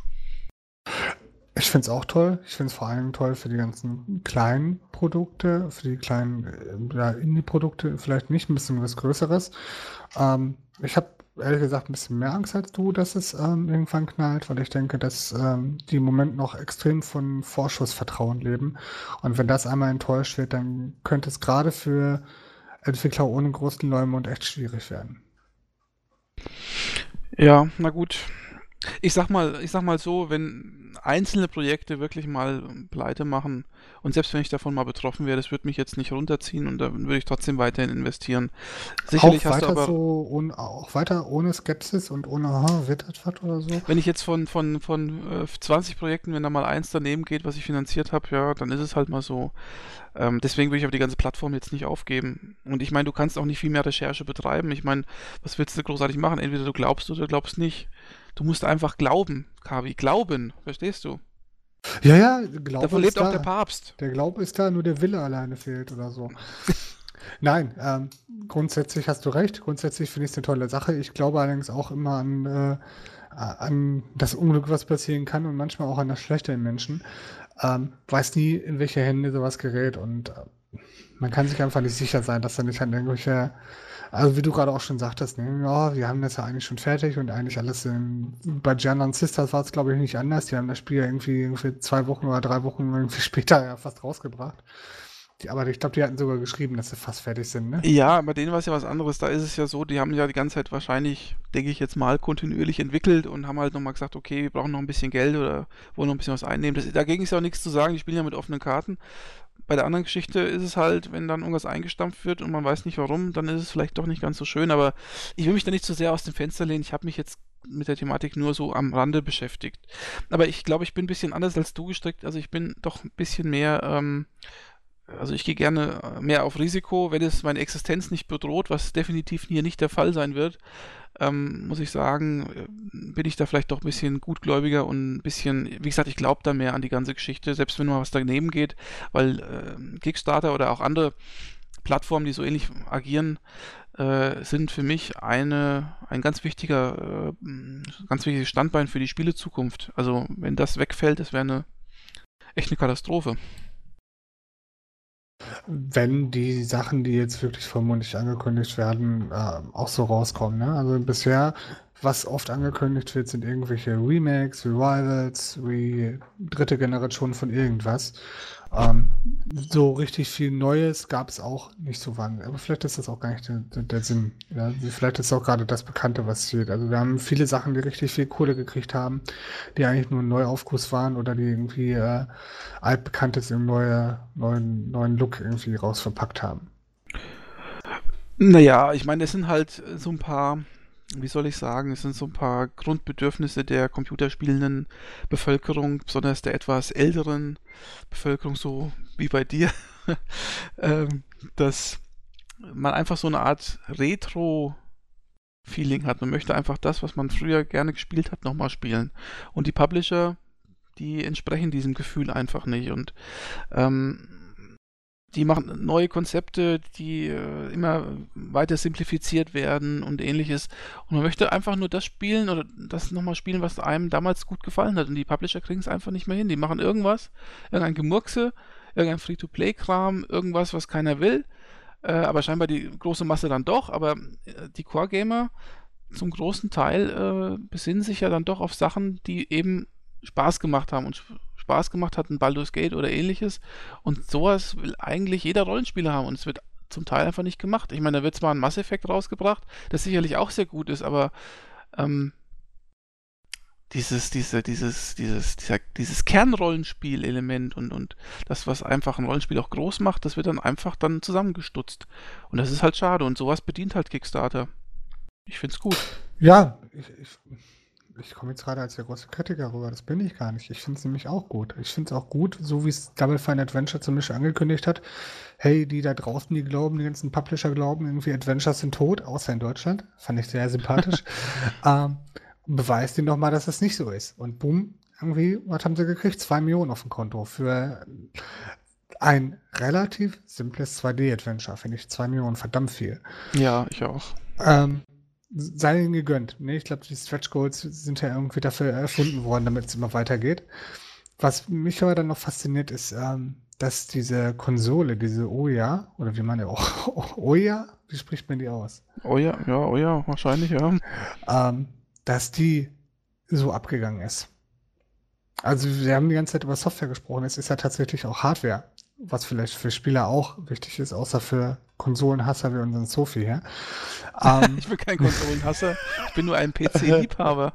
Ich finde es auch toll. Ich finde es vor allem toll für die ganzen kleinen Produkte, für die kleinen äh, ja, Indie-Produkte, vielleicht nicht ein bisschen was Größeres. Ähm, ich habe ehrlich gesagt ein bisschen mehr Angst als du, dass es ähm, irgendwann knallt, weil ich denke, dass ähm, die im Moment noch extrem von Vorschussvertrauen leben. Und wenn das einmal enttäuscht wird, dann könnte es gerade für Entwickler ohne großen Leumund echt schwierig werden. Ja, na gut. Ich sag mal, ich sag mal so, wenn einzelne Projekte wirklich mal pleite machen und selbst wenn ich davon mal betroffen wäre, das würde mich jetzt nicht runterziehen und da würde ich trotzdem weiterhin investieren. Sicherlich Auch hast du weiter aber, so, ohne, auch weiter ohne Skepsis und ohne, aha, wird das was oder so. wenn ich jetzt von, von, von äh, zwanzig Projekten, wenn da mal eins daneben geht, was ich finanziert habe, ja, dann ist es halt mal so. Ähm, deswegen würde ich aber die ganze Plattform jetzt nicht aufgeben. Und ich meine, du kannst auch nicht viel mehr Recherche betreiben. Ich meine, was willst du großartig machen? Entweder du glaubst oder du glaubst nicht. Du musst einfach glauben, Kavi. Glauben, verstehst du? Ja, ja, Glaube Davon ist lebt auch der da. Papst. Der Glaube ist da, nur der Wille alleine fehlt oder so. Nein, ähm, grundsätzlich hast du recht. Grundsätzlich finde ich es eine tolle Sache. Ich glaube allerdings auch immer an, äh, an das Unglück, was passieren kann und manchmal auch an das Schlechte im Menschen. Ähm, weiß nie, in welche Hände sowas gerät und äh, man kann sich einfach nicht sicher sein, dass da nicht an irgendwelche, also wie du gerade auch schon sagtest, ne, ja, wir haben das ja eigentlich schon fertig und eigentlich alles in, bei Gianna und Sisters war es glaube ich nicht anders. Die haben das Spiel ja irgendwie, irgendwie zwei Wochen oder drei Wochen irgendwie später ja fast rausgebracht. Die, aber ich glaube, die hatten sogar geschrieben, dass sie fast fertig sind, ne? Ja, bei denen war es ja was anderes. Da ist es ja so, die haben ja die ganze Zeit wahrscheinlich, denke ich jetzt mal, kontinuierlich entwickelt und haben halt nochmal gesagt, okay, wir brauchen noch ein bisschen Geld oder wollen noch ein bisschen was einnehmen. Das, dagegen ist ja auch nichts zu sagen, die spielen ja mit offenen Karten. Bei der anderen Geschichte ist es halt, wenn dann irgendwas eingestampft wird und man weiß nicht warum, dann ist es vielleicht doch nicht ganz so schön. Aber ich will mich da nicht zu sehr aus dem Fenster lehnen. Ich habe mich jetzt mit der Thematik nur so am Rande beschäftigt. Aber ich glaube, ich bin ein bisschen anders als du gestrickt. Also ich bin doch ein bisschen mehr, ähm, also ich gehe gerne äh, mehr auf Risiko, wenn es meine Existenz nicht bedroht, was definitiv hier nicht der Fall sein wird, ähm, muss ich sagen, äh, bin ich da vielleicht doch ein bisschen gutgläubiger und ein bisschen, wie gesagt, ich glaube da mehr an die ganze Geschichte, selbst wenn mal was daneben geht, weil äh, Kickstarter oder auch andere Plattformen, die so ähnlich agieren, äh, sind für mich eine, ein ganz wichtiger, äh, ganz wichtiges Standbein für die Spielezukunft. Also wenn das wegfällt, das wäre eine echt eine Katastrophe. Wenn die Sachen, die jetzt wirklich vermutlich angekündigt werden, äh, auch so rauskommen, ne? Also bisher, was oft angekündigt wird, sind irgendwelche Remakes, Revivals, wie dritte Generation von irgendwas. Ähm, so richtig viel Neues gab es auch nicht so wann. Aber vielleicht ist das auch gar nicht der, der, der Sinn. Ja? Vielleicht ist auch gerade das Bekannte, was steht. Also wir haben viele Sachen, die richtig viel Kohle gekriegt haben, die eigentlich nur ein Neuaufguss waren oder die irgendwie äh, altbekanntes im neue, neuen, neuen Look irgendwie rausverpackt haben. Naja, ich meine, es sind halt so ein paar, wie soll ich sagen, es sind so ein paar Grundbedürfnisse der computerspielenden Bevölkerung, besonders der etwas älteren Bevölkerung, so wie bei dir, ähm, dass man einfach so eine Art Retro-Feeling hat. Man möchte einfach das, was man früher gerne gespielt hat, nochmal spielen. Und die Publisher, die entsprechen diesem Gefühl einfach nicht. Und ähm, die machen neue Konzepte, die äh, immer weiter simplifiziert werden und ähnliches. Und man möchte einfach nur das spielen oder das nochmal spielen, was einem damals gut gefallen hat. Und die Publisher kriegen es einfach nicht mehr hin. Die machen irgendwas, irgendein Gemurkse, irgendein Free-to-Play-Kram, irgendwas, was keiner will. Äh, aber scheinbar die große Masse dann doch. Aber äh, die Core-Gamer zum großen Teil äh, besinnen sich ja dann doch auf Sachen, die eben Spaß gemacht haben und Spaß gemacht hat, ein Baldur's Gate oder ähnliches. Und sowas will eigentlich jeder Rollenspieler haben und es wird zum Teil einfach nicht gemacht. Ich meine, da wird zwar ein Mass Effect rausgebracht, das sicherlich auch sehr gut ist, aber ähm, dieses, diese, dieses, dieses, dieser, dieses Kernrollenspiel-Element und, und das, was einfach ein Rollenspiel auch groß macht, das wird dann einfach dann zusammengestutzt. Und das ist halt schade und sowas bedient halt Kickstarter. Ich find's gut. Ja, ich, ich, ich komme jetzt gerade als der große Kritiker rüber, das bin ich gar nicht. Ich finde es nämlich auch gut. Ich finde es auch gut, so wie es Double Fine Adventure zum Beispiel angekündigt hat. Hey, die da draußen, die glauben, die ganzen Publisher glauben, irgendwie Adventures sind tot, außer in Deutschland. Fand ich sehr sympathisch. ähm, beweist ihnen doch mal, dass das nicht so ist. Und boom, irgendwie, was haben sie gekriegt? Zwei Millionen auf dem Konto für ein relativ simples zwei D-Adventure. Finde ich zwei Millionen verdammt viel. Ja, ich auch. Ähm, sei ihnen gegönnt. Ne? Ich glaube, die Stretch Goals sind ja irgendwie dafür erfunden worden, damit es immer weitergeht. Was mich aber dann noch fasziniert, ist, ähm, dass diese Konsole, diese Ouya, oder wie man ja auch, Ouya, wie spricht man die aus? Oh ja, ja, oh ja, wahrscheinlich, ja. Ähm, dass die so abgegangen ist. Also wir haben die ganze Zeit über Software gesprochen, es ist ja tatsächlich auch Hardware, was vielleicht für Spieler auch wichtig ist, außer für Konsolenhasser wie unseren Sophie hier. Ähm, ich bin kein Konsolenhasser, ich bin nur ein P C-Liebhaber.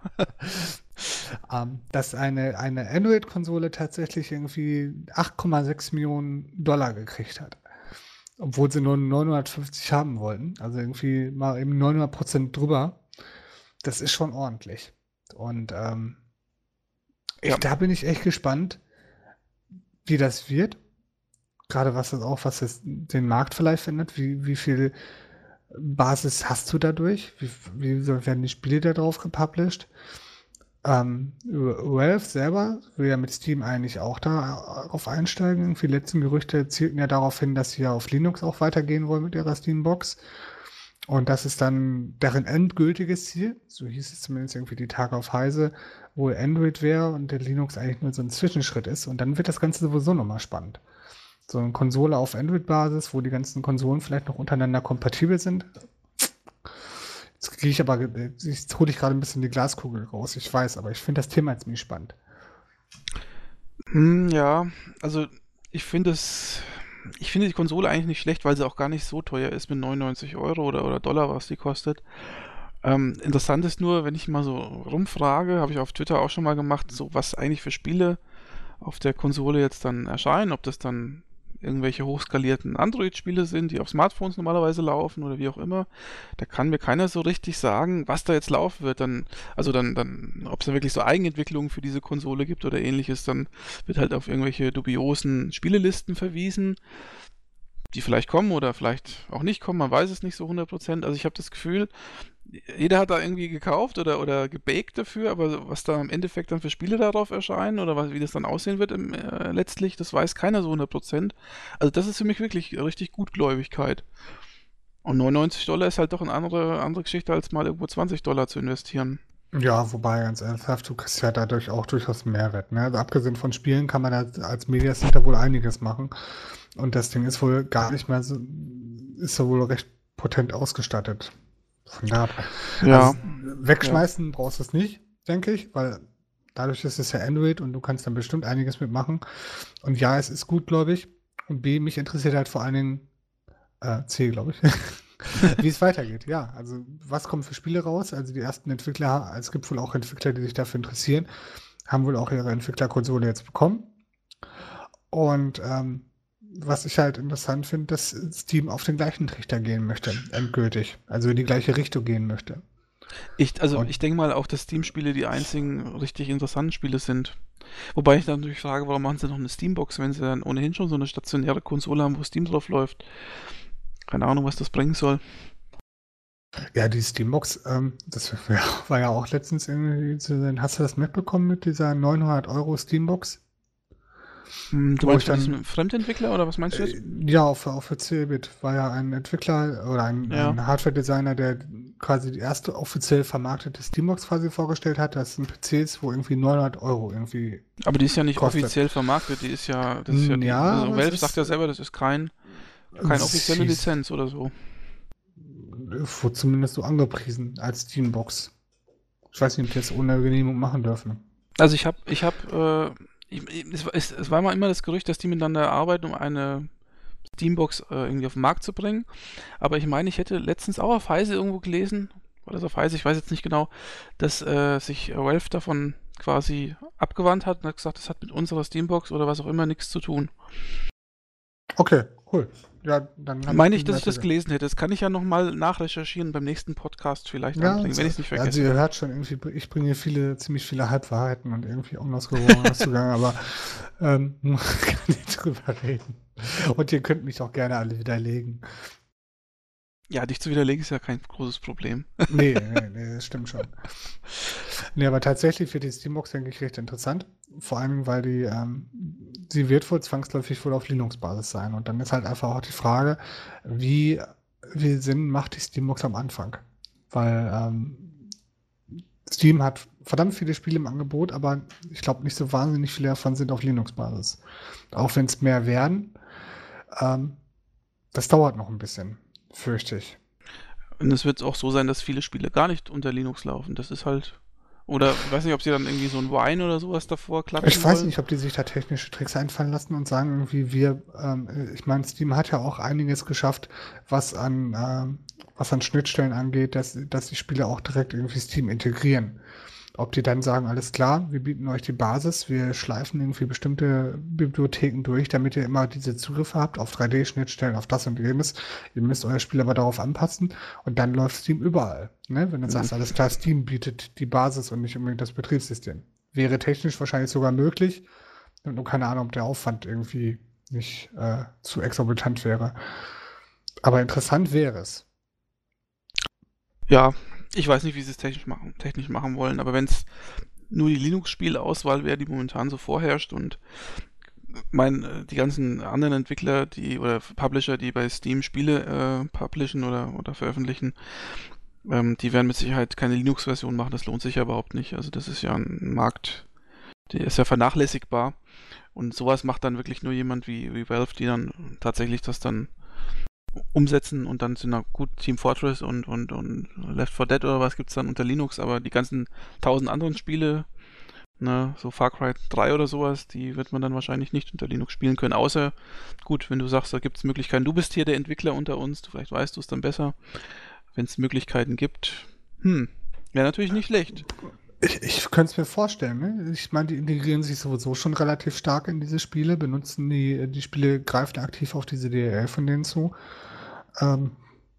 ähm, dass eine, eine Android-Konsole tatsächlich irgendwie acht Komma sechs Millionen Dollar gekriegt hat. Obwohl sie nur neunhundertfünfzig haben wollten. Also irgendwie mal eben neunhundert Prozent drüber. Das ist schon ordentlich. Und ähm, ich, ja. da bin ich echt gespannt, wie das wird. Gerade was das auch, was das den Markt vielleicht verändert. Wie, wie viel Basis hast du dadurch? Wie, wie werden die Spiele da drauf gepublished? Ähm, Valve selber will ja mit Steam eigentlich auch darauf einsteigen. Die letzten Gerüchte zielten ja darauf hin, dass sie ja auf Linux auch weitergehen wollen mit ihrer Steambox. Und das ist dann deren endgültiges Ziel, so hieß es zumindest irgendwie die Tage auf Heise, wo Android wäre und der Linux eigentlich nur so ein Zwischenschritt ist. Und dann wird das Ganze sowieso nochmal spannend. So eine Konsole auf Android-Basis, wo die ganzen Konsolen vielleicht noch untereinander kompatibel sind. Jetzt gehe ich aber, jetzt hole ich gerade ein bisschen die Glaskugel raus, ich weiß, aber ich finde das Thema jetzt ziemlich spannend. Hm, ja, also ich finde es, ich finde die Konsole eigentlich nicht schlecht, weil sie auch gar nicht so teuer ist mit neunundneunzig Euro oder, oder Dollar, was die kostet. Ähm, interessant ist nur, wenn ich mal so rumfrage, habe ich auf Twitter auch schon mal gemacht, so was eigentlich für Spiele auf der Konsole jetzt dann erscheinen, ob das dann irgendwelche hochskalierten Android-Spiele sind, die auf Smartphones normalerweise laufen oder wie auch immer. Da kann mir keiner so richtig sagen, was da jetzt laufen wird. Dann, also dann, dann, ob es da wirklich so Eigenentwicklungen für diese Konsole gibt oder ähnliches, dann wird halt auf irgendwelche dubiosen Spielelisten verwiesen, die vielleicht kommen oder vielleicht auch nicht kommen, man weiß es nicht so hundert Prozent. Also ich habe das Gefühl, jeder hat da irgendwie gekauft oder, oder gebaked dafür, aber was da im Endeffekt dann für Spiele darauf erscheinen oder was, wie das dann aussehen wird im, äh, letztlich, das weiß keiner so hundert Prozent. Also das ist für mich wirklich richtig Gutgläubigkeit. Und neunundneunzig Dollar ist halt doch eine andere, andere Geschichte, als mal irgendwo zwanzig Dollar zu investieren. Ja, wobei, ganz ernsthaft, du kriegst ja dadurch auch durchaus Mehrwert. Ne? Also abgesehen von Spielen kann man da als Media Center wohl einiges machen. Und das Ding ist wohl gar nicht mehr so, ist ja wohl recht potent ausgestattet. Von da ab. Ja. Also, wegschmeißen ja. brauchst du es nicht, denke ich, weil dadurch ist es ja Android und du kannst dann bestimmt einiges mitmachen. Und ja, es ist gut, glaube ich. Und B, mich interessiert halt vor allen Dingen äh, C, glaube ich. Wie es weitergeht, ja. Also, was kommt für Spiele raus? Also, die ersten Entwickler, es gibt wohl auch Entwickler, die sich dafür interessieren, haben wohl auch ihre Entwicklerkonsole jetzt bekommen. Und ähm, was ich halt interessant finde, dass Steam auf den gleichen Trichter gehen möchte, endgültig. Also in die gleiche Richtung gehen möchte. Ich, also, Und ich denke mal auch, dass Steam-Spiele die einzigen richtig interessanten Spiele sind. Wobei ich dann natürlich frage, warum machen sie noch eine Steambox, wenn sie dann ohnehin schon so eine stationäre Konsole haben, wo Steam drauf läuft. Keine Ahnung, was das bringen soll. Ja, die Steambox, ähm, das war ja auch letztens irgendwie, hast du das mitbekommen mit dieser neunhundert Euro Steambox? Hm, du meinst diesen Fremdentwickler oder was meinst du jetzt? Ja, auf, auf der Cebit war ja ein Entwickler oder ein, ja. ein Hardware-Designer, der quasi die erste offiziell vermarktete Steambox quasi vorgestellt hat. Das sind P Cs, wo irgendwie neunhundert Euro irgendwie. Aber die ist ja nicht kostet. offiziell vermarktet, die ist ja, das ist ja, die, ja also Valve sagt ja selber, das ist kein Keine offizielle Lizenz oder so. Wurde zumindest so angepriesen als Steambox. Ich weiß nicht, ob die das ohne Genehmigung machen dürfen. Also ich habe, ich habe, äh, es, es, es war mal immer das Gerücht, dass die miteinander arbeiten, um eine Steambox äh, irgendwie auf den Markt zu bringen. Aber ich meine, ich hätte letztens auch auf Heise irgendwo gelesen, war das auf Heise, ich weiß jetzt nicht genau, dass äh, sich Valve davon quasi abgewandt hat und hat gesagt, das hat mit unserer Steambox oder was auch immer nichts zu tun. Okay, cool. Ja, dann habe ich Meine die ich, dass ich das Seite. gelesen hätte. Das kann ich ja nochmal nachrecherchieren beim nächsten Podcast vielleicht Ja, anbringen, wenn so, ich es nicht also vergesse. ihr hört schon irgendwie, ich bringe viele, ziemlich viele Halbwahrheiten und irgendwie unausgewogenes zugange, aber ähm, man kann nicht drüber reden. Und ihr könnt mich auch gerne alle widerlegen. Ja, dich zu widerlegen ist ja kein großes Problem. Nee, nee, nee, das stimmt schon. Nee, aber tatsächlich wird die Steambox, denke ich, recht interessant. Vor allem, weil die, ähm, sie wird wohl zwangsläufig wohl auf Linux-Basis sein. Und dann ist halt einfach auch die Frage, wie viel Sinn macht die Steambox am Anfang? Weil ähm, Steam hat verdammt viele Spiele im Angebot, aber ich glaube nicht so wahnsinnig viele davon sind auf Linux-Basis. Auch wenn es mehr werden, ähm, das dauert noch ein bisschen, fürchte ich. Und es wird auch so sein, dass viele Spiele gar nicht unter Linux laufen. Das ist halt. Oder ich weiß nicht, ob sie dann irgendwie so ein Wine oder sowas davor Ich klatschen weiß wollen. nicht, ob die sich da technische Tricks einfallen lassen und sagen irgendwie, wir, ähm, ich meine, Steam hat ja auch einiges geschafft, was an, ähm, was an Schnittstellen angeht, dass, dass die Spiele auch direkt irgendwie Steam integrieren. Ob die dann sagen, alles klar, wir bieten euch die Basis, wir schleifen irgendwie bestimmte Bibliotheken durch, damit ihr immer diese Zugriffe habt auf drei D-Schnittstellen, auf das und jenes. Ihr müsst euer Spiel aber darauf anpassen und dann läuft Steam überall. Ne? Wenn du Mhm. sagst, alles klar, Steam bietet die Basis und nicht unbedingt das Betriebssystem. Wäre technisch wahrscheinlich sogar möglich. Und nur keine Ahnung, ob der Aufwand irgendwie nicht äh, zu exorbitant wäre. Aber interessant wäre es. Ja, ich weiß nicht, wie sie es technisch machen, technisch machen wollen, aber wenn es nur die Linux-Spielauswahl wäre, die momentan so vorherrscht und mein, äh, die ganzen anderen Entwickler, die oder Publisher, die bei Steam Spiele äh, publishen oder, oder veröffentlichen, ähm, die werden mit Sicherheit keine Linux-Version machen. Das lohnt sich ja überhaupt nicht. Also das ist ja ein Markt, der ist ja vernachlässigbar. Und sowas macht dann wirklich nur jemand wie, wie Valve, die dann tatsächlich das dann umsetzen und dann sind da gut Team Fortress und, und, und Left four Dead oder was gibt's dann unter Linux, aber die ganzen tausend anderen Spiele, ne, so Far Cry drei oder sowas, die wird man dann wahrscheinlich nicht unter Linux spielen können, außer, gut, wenn du sagst, da gibt's Möglichkeiten, du bist hier der Entwickler unter uns, vielleicht weißt du es dann besser, wenn es Möglichkeiten gibt. Hm, wäre natürlich nicht schlecht. Ich, ich könnte es mir vorstellen. Ne? Ich meine, die integrieren sich sowieso schon relativ stark in diese Spiele, benutzen die, die Spiele, greifen aktiv auf diese D L L von denen zu. Ähm,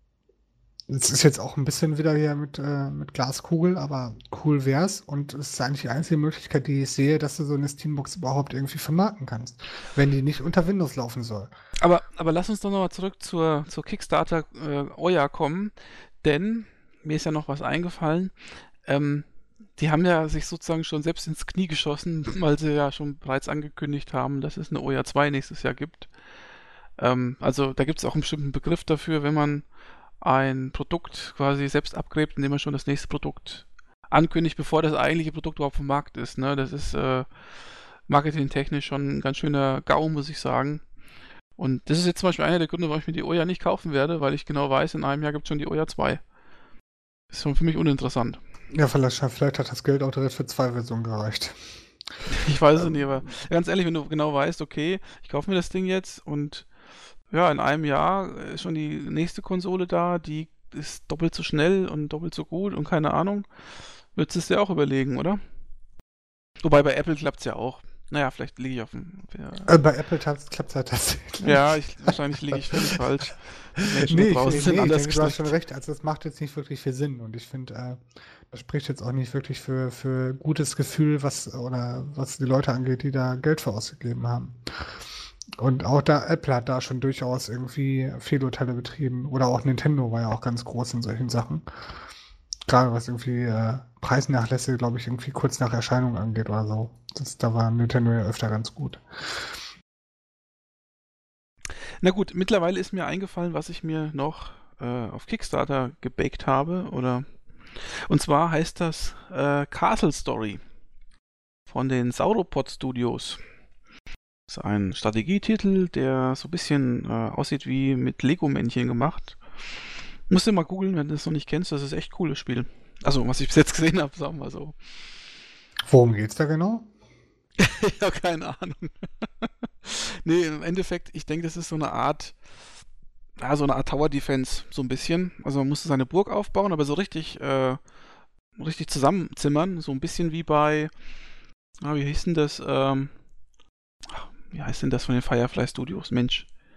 es ist jetzt auch ein bisschen wieder hier mit, äh, mit Glaskugel, aber cool wär's. Und es ist eigentlich die einzige Möglichkeit, die ich sehe, dass du so eine Steambox überhaupt irgendwie vermarkten kannst, wenn die nicht unter Windows laufen soll. Aber, aber lass uns doch nochmal zurück zur, zur Kickstarter äh, Oya kommen, denn mir ist ja noch was eingefallen. Ähm, die haben ja sich sozusagen schon selbst ins Knie geschossen, weil sie ja schon bereits angekündigt haben, dass es eine Oya zwei nächstes Jahr gibt. Ähm, also da gibt es auch einen bestimmten Begriff dafür, wenn man ein Produkt quasi selbst abgräbt, indem man schon das nächste Produkt ankündigt, bevor das eigentliche Produkt überhaupt vom Markt ist. Ne? Das ist äh, marketingtechnisch schon ein ganz schöner GAU, muss ich sagen. Und das ist jetzt zum Beispiel einer der Gründe, warum ich mir die Oya nicht kaufen werde, weil ich genau weiß, in einem Jahr gibt es schon die Oya zwei. Ist schon für mich uninteressant. Ja, vielleicht, vielleicht hat das Geld auch direkt für zwei Versionen gereicht. Ich weiß es nicht, aber ganz ehrlich, wenn du genau weißt, okay, ich kaufe mir das Ding jetzt und ja, in einem Jahr ist schon die nächste Konsole da, die ist doppelt so schnell und doppelt so gut und keine Ahnung, würdest du es dir auch überlegen, oder? Wobei bei Apple klappt es ja auch. Naja, vielleicht liege ich auf dem. Ja, Äh, bei Apple klappt es halt tatsächlich. ja ich, wahrscheinlich liege ich völlig falsch. Die Menschen Nee, da ich, draußen ich, sind nee, ich anders denke, du hast schon gestrickt. recht. Also, das macht jetzt nicht wirklich viel Sinn. Und ich finde, äh, das spricht jetzt auch nicht wirklich für, für gutes Gefühl, was, oder was die Leute angeht, die da Geld für ausgegeben haben. Und auch da, Apple hat da schon durchaus irgendwie Fehlurteile betrieben. Oder auch Nintendo war ja auch ganz groß in solchen Sachen. Gerade was irgendwie äh, Preisnachlässe, glaube ich, irgendwie kurz nach Erscheinung angeht oder so. Das, da war Nintendo ja öfter ganz gut. Na gut, mittlerweile ist mir eingefallen, was ich mir noch äh, auf Kickstarter gebaked habe. Oder und zwar heißt das äh, Castle Story von den Sauropod Studios. Das ist ein Strategietitel, der so ein bisschen äh, aussieht wie mit Lego-Männchen gemacht. Musst du mal googeln, wenn du das noch nicht kennst. Das ist echt ein cooles Spiel. Also, was ich bis jetzt gesehen habe, sagen wir so. Worum geht's da genau? Ich habe keine Ahnung. Nee, im Endeffekt, ich denke, das ist so eine Art, ja, so eine Art Tower Defense, so ein bisschen. Also man musste seine Burg aufbauen, aber so richtig, äh, richtig zusammenzimmern. So ein bisschen wie bei, ah, wie hieß denn das, ähm, ach, wie heißt denn das von den Firefly Studios? Mensch.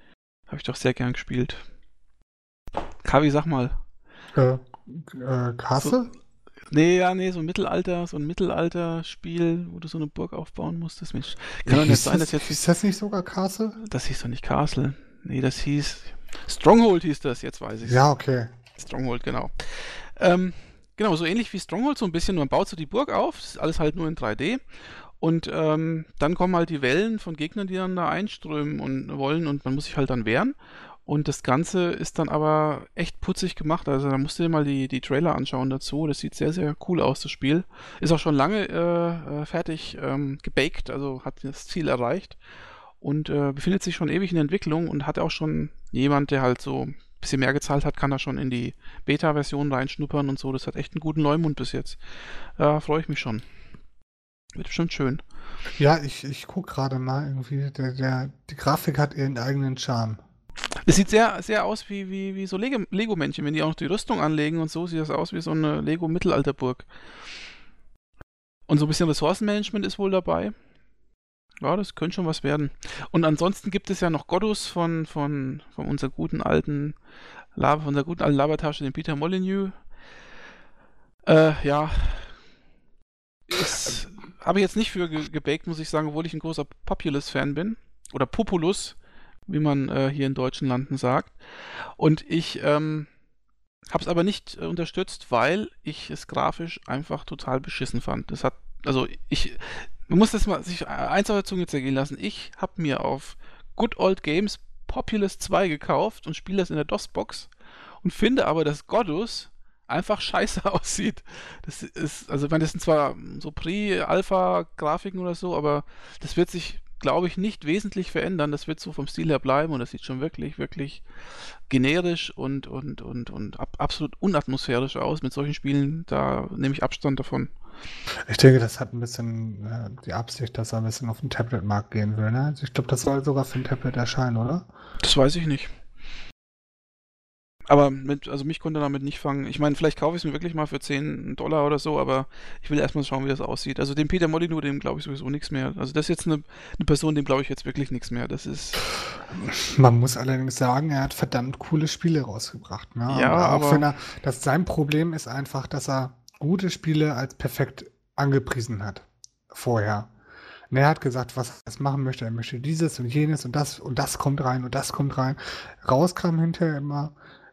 Habe ich doch sehr gern gespielt. Kavi, sag mal. Äh, äh, So, Castle? nee, ja, nee, so ein Mittelalter, so ein Mittelalter-Spiel, wo du so eine Burg aufbauen musstest. Mensch, kann doch nicht Hieß sein, das, dass jetzt nicht. hieß das nicht sogar Castle? Das hieß doch nicht Castle. Nee, das hieß. Stronghold hieß das, jetzt weiß ich's. Ja, okay. Stronghold, genau. Ähm, genau, so ähnlich wie Stronghold, so ein bisschen. Man baut so die Burg auf, das ist alles halt nur in drei D. Und ähm, dann kommen halt die Wellen von Gegnern, die dann da einströmen und wollen und man muss sich halt dann wehren. Und das Ganze ist dann aber echt putzig gemacht. Also da musst du dir mal die, die Trailer anschauen dazu. Das sieht sehr, sehr cool aus, das Spiel. Ist auch schon lange äh, äh, fertig ähm, gebaked, also hat das Ziel erreicht. Und äh, befindet sich schon ewig in Entwicklung und hat auch schon jemand, der halt so ein bisschen mehr gezahlt hat, kann da schon in die Beta-Version reinschnuppern und so. Das hat echt einen guten Leumund bis jetzt. Da freue ich mich schon. Wird bestimmt schön. Ja, ich, ich gucke gerade mal irgendwie. Der, der, die Grafik hat ihren eigenen Charme. Das sieht sehr, sehr aus wie, wie, wie so Lego- Lego-Männchen. Wenn die auch noch die Rüstung anlegen und so, sieht das aus wie so eine Lego-Mittelalterburg. Und so ein bisschen Ressourcenmanagement ist wohl dabei. Ja, das könnte schon was werden. Und ansonsten gibt es ja noch Godus von, von, von unserer guten alten Lava, von unserer guten alten Labertasche, den Peter Molyneux. Äh, ja, ist, habe ich jetzt nicht für ge gebaked, muss ich sagen, obwohl ich ein großer Populous-Fan bin. Oder Populus, wie man äh, hier in deutschen Landen sagt. Und ich ähm, habe es aber nicht äh, unterstützt, weil ich es grafisch einfach total beschissen fand. Das hat, also ich, man muss das mal sich eins auf der Zunge zergehen lassen. Ich habe mir auf Good Old Games Populous zwei gekauft und spiele das in der DOS-Box und finde aber, dass Godus einfach scheiße aussieht. Das ist, also ich meine, das sind zwar so Pre-Alpha-Grafiken oder so, aber das wird sich, glaube ich, nicht wesentlich verändern. Das wird so vom Stil her bleiben und das sieht schon wirklich, wirklich generisch und, und, und, und ab, absolut unatmosphärisch aus. Mit solchen Spielen, da nehme ich Abstand davon. Ich denke, das hat ein bisschen äh, die Absicht, dass er ein bisschen auf den Tablet-Markt gehen will. Ne? Also ich glaube, das soll sogar für ein Tablet erscheinen, oder? Das weiß ich nicht. Aber mit, also mich konnte er damit nicht fangen. Ich meine, vielleicht kaufe ich es mir wirklich mal für zehn Dollar oder so, aber ich will erstmal schauen, wie das aussieht. Also dem Peter Molyneux, dem glaube ich sowieso nichts mehr. Also das ist jetzt eine, eine Person, dem glaube ich jetzt wirklich nichts mehr. Das ist, Man muss allerdings sagen, er hat verdammt coole Spiele rausgebracht. Ne? ja, Aber auch wenn aber er, dass sein Problem ist einfach, dass er gute Spiele als perfekt angepriesen hat. Vorher. Und er hat gesagt, was er jetzt machen möchte. Er möchte dieses und jenes und das und das kommt rein und das kommt rein. Raus kam hinterher immer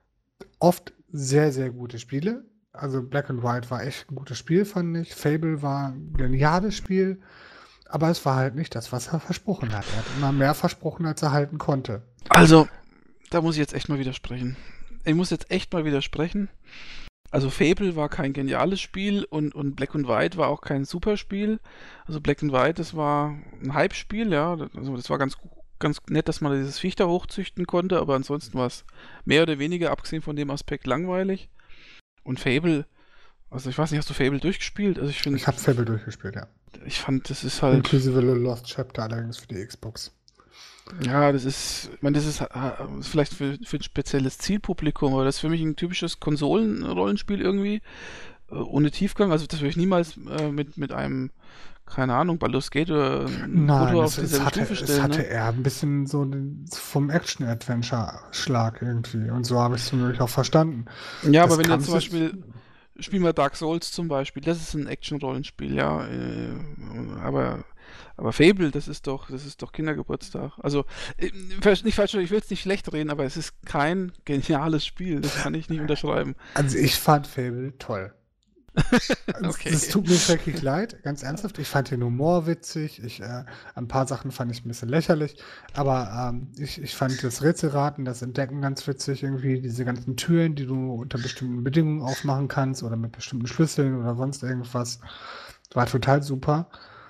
oft sehr, sehr gute Spiele. Also Black and White war echt ein gutes Spiel, fand ich. Fable war ein geniales Spiel. Aber es war halt nicht das, was er versprochen hat. Er hat immer mehr versprochen, als er halten konnte. also, da muss ich jetzt echt mal widersprechen. Ich muss jetzt echt mal widersprechen. Also Fable war kein geniales Spiel und, und Black and White war auch kein super Spiel. Also Black and White, das war ein Hype-Spiel, ja. Also das war ganz, ganz nett, dass man dieses Viech da hochzüchten konnte, aber ansonsten war es mehr oder weniger, abgesehen von dem Aspekt, langweilig. Und Fable, also ich weiß nicht, hast du Fable durchgespielt? Also ich finde, Ich habe Fable durchgespielt, ja. ich fand, das ist halt, Inklusive Lost Chapter allerdings für die Xbox. ja, das ist, ich meine, das ist, äh, ist vielleicht für, für ein spezielles Zielpublikum, aber das ist für mich ein typisches Konsolenrollenspiel irgendwie, äh, ohne Tiefgang. Also das würde ich niemals äh, mit, mit einem, keine Ahnung, Baldur's Gate oder ähm, Nein, Kotor es, auf es, dieselbe hatte, Stufe es stellen, hatte ne? eher ein bisschen so den, vom Action-Adventure-Schlag irgendwie. Und so habe ich es zumindest auch verstanden. Ja, aber Das wenn du jetzt kam zum sich. Beispiel, spiel mal Dark Souls zum Beispiel, das ist ein Action-Rollenspiel, ja, äh, aber, aber Fable, das ist doch, das ist doch Kindergeburtstag. Also, äh, falsch- nicht falsch, ich will es nicht schlecht reden, aber es ist kein geniales Spiel, das kann ich nicht unterschreiben. Also ich fand Fable toll. Es Okay. es tut mir schrecklich leid, ganz ernsthaft. Ich fand den Humor witzig. Ich, äh, ein paar Sachen fand ich ein bisschen lächerlich. Aber ähm, ich, ich fand das Rätselraten, das Entdecken ganz witzig irgendwie. Diese ganzen Türen, die du unter bestimmten Bedingungen aufmachen kannst oder mit bestimmten Schlüsseln oder sonst irgendwas. War total super.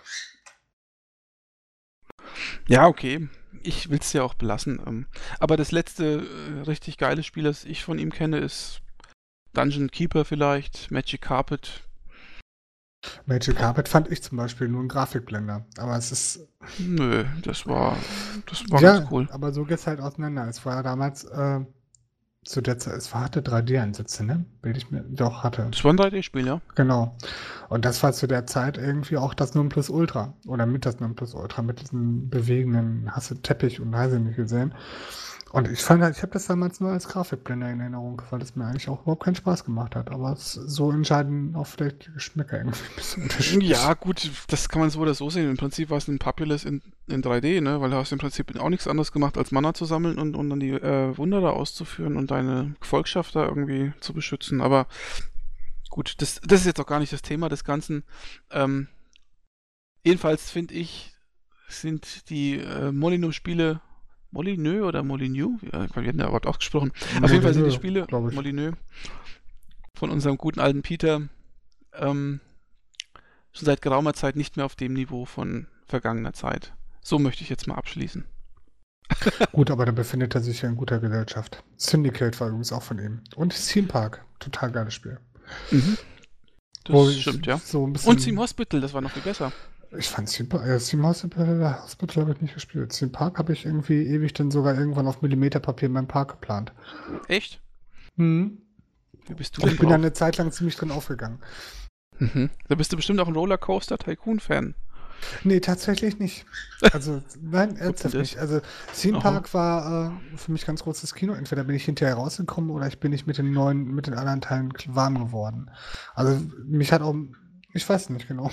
Ja, okay. Ich will es ja auch belassen. ähm, Aber das letzte äh, richtig geile Spiel, das ich von ihm kenne, ist Dungeon Keeper vielleicht, Magic Carpet. Magic Carpet fand ich zum Beispiel nur ein Grafikblender. Aber es ist, Nö, das war, das war ganz ja, cool. aber so geht's halt auseinander. Es war damals, äh, zu der Zeit, es war, hatte drei D-Ansätze, ne? Bild ich mir, doch, hatte. Das war ein drei D-Spiel, ja. Genau. Und das war zu der Zeit irgendwie auch das Nonplusultra. Oder mit das Nonplusultra, mit diesem bewegenden, hast du Teppich und hast du nicht gesehen. Und ich fand halt, ich habe das damals nur als Grafikblender in Erinnerung, weil das mir eigentlich auch überhaupt keinen Spaß gemacht hat. Aber es, so entscheiden auch vielleicht die Geschmäcker irgendwie ein bisschen unterschiedlich. Ja, gut, das kann man so oder so sehen. Im Prinzip war es ein Populous in, in drei D, ne? Weil du hast im Prinzip auch nichts anderes gemacht, als Mana zu sammeln und, und dann die äh, Wunder da auszuführen und deine Gefolgschaft da irgendwie zu beschützen. Aber gut, das, das ist jetzt auch gar nicht das Thema des Ganzen. Ähm, jedenfalls finde ich, sind die äh, Molyneux-Spiele Molyneux oder Molyneux? Ja, wir hatten ja Wort ausgesprochen. Auf jeden Fall sind die Spiele Molyneux von unserem guten alten Peter ähm, schon seit geraumer Zeit nicht mehr auf dem Niveau von vergangener Zeit. So möchte ich jetzt mal abschließen. Gut, aber da befindet er sich ja in guter Gesellschaft. Syndicate war übrigens auch von ihm. Und Theme Park, total geiles Spiel. Mhm. Das Wo stimmt, ja. So ein bisschen, und Theme Hospital, das war noch viel besser. Ich fand Theme Park, äh, Theme Hospital, Hospital habe ich nicht gespielt. Theme Park habe ich irgendwie ewig dann sogar irgendwann auf Millimeterpapier in meinem Park geplant. Echt? Mhm. Wie bist du Und denn ich bin drauf? da eine Zeit lang ziemlich drin aufgegangen. Mhm. Da bist du bestimmt auch ein Rollercoaster Tycoon-Fan. Nee, tatsächlich nicht. Also, nein, ernsthaft nicht. Also, Theme Park war äh, für mich ganz großes Kino. Entweder bin ich hinterher rausgekommen oder ich bin nicht mit den neuen, mit den anderen Teilen warm geworden. Also, mich hat auch, ich weiß nicht genau.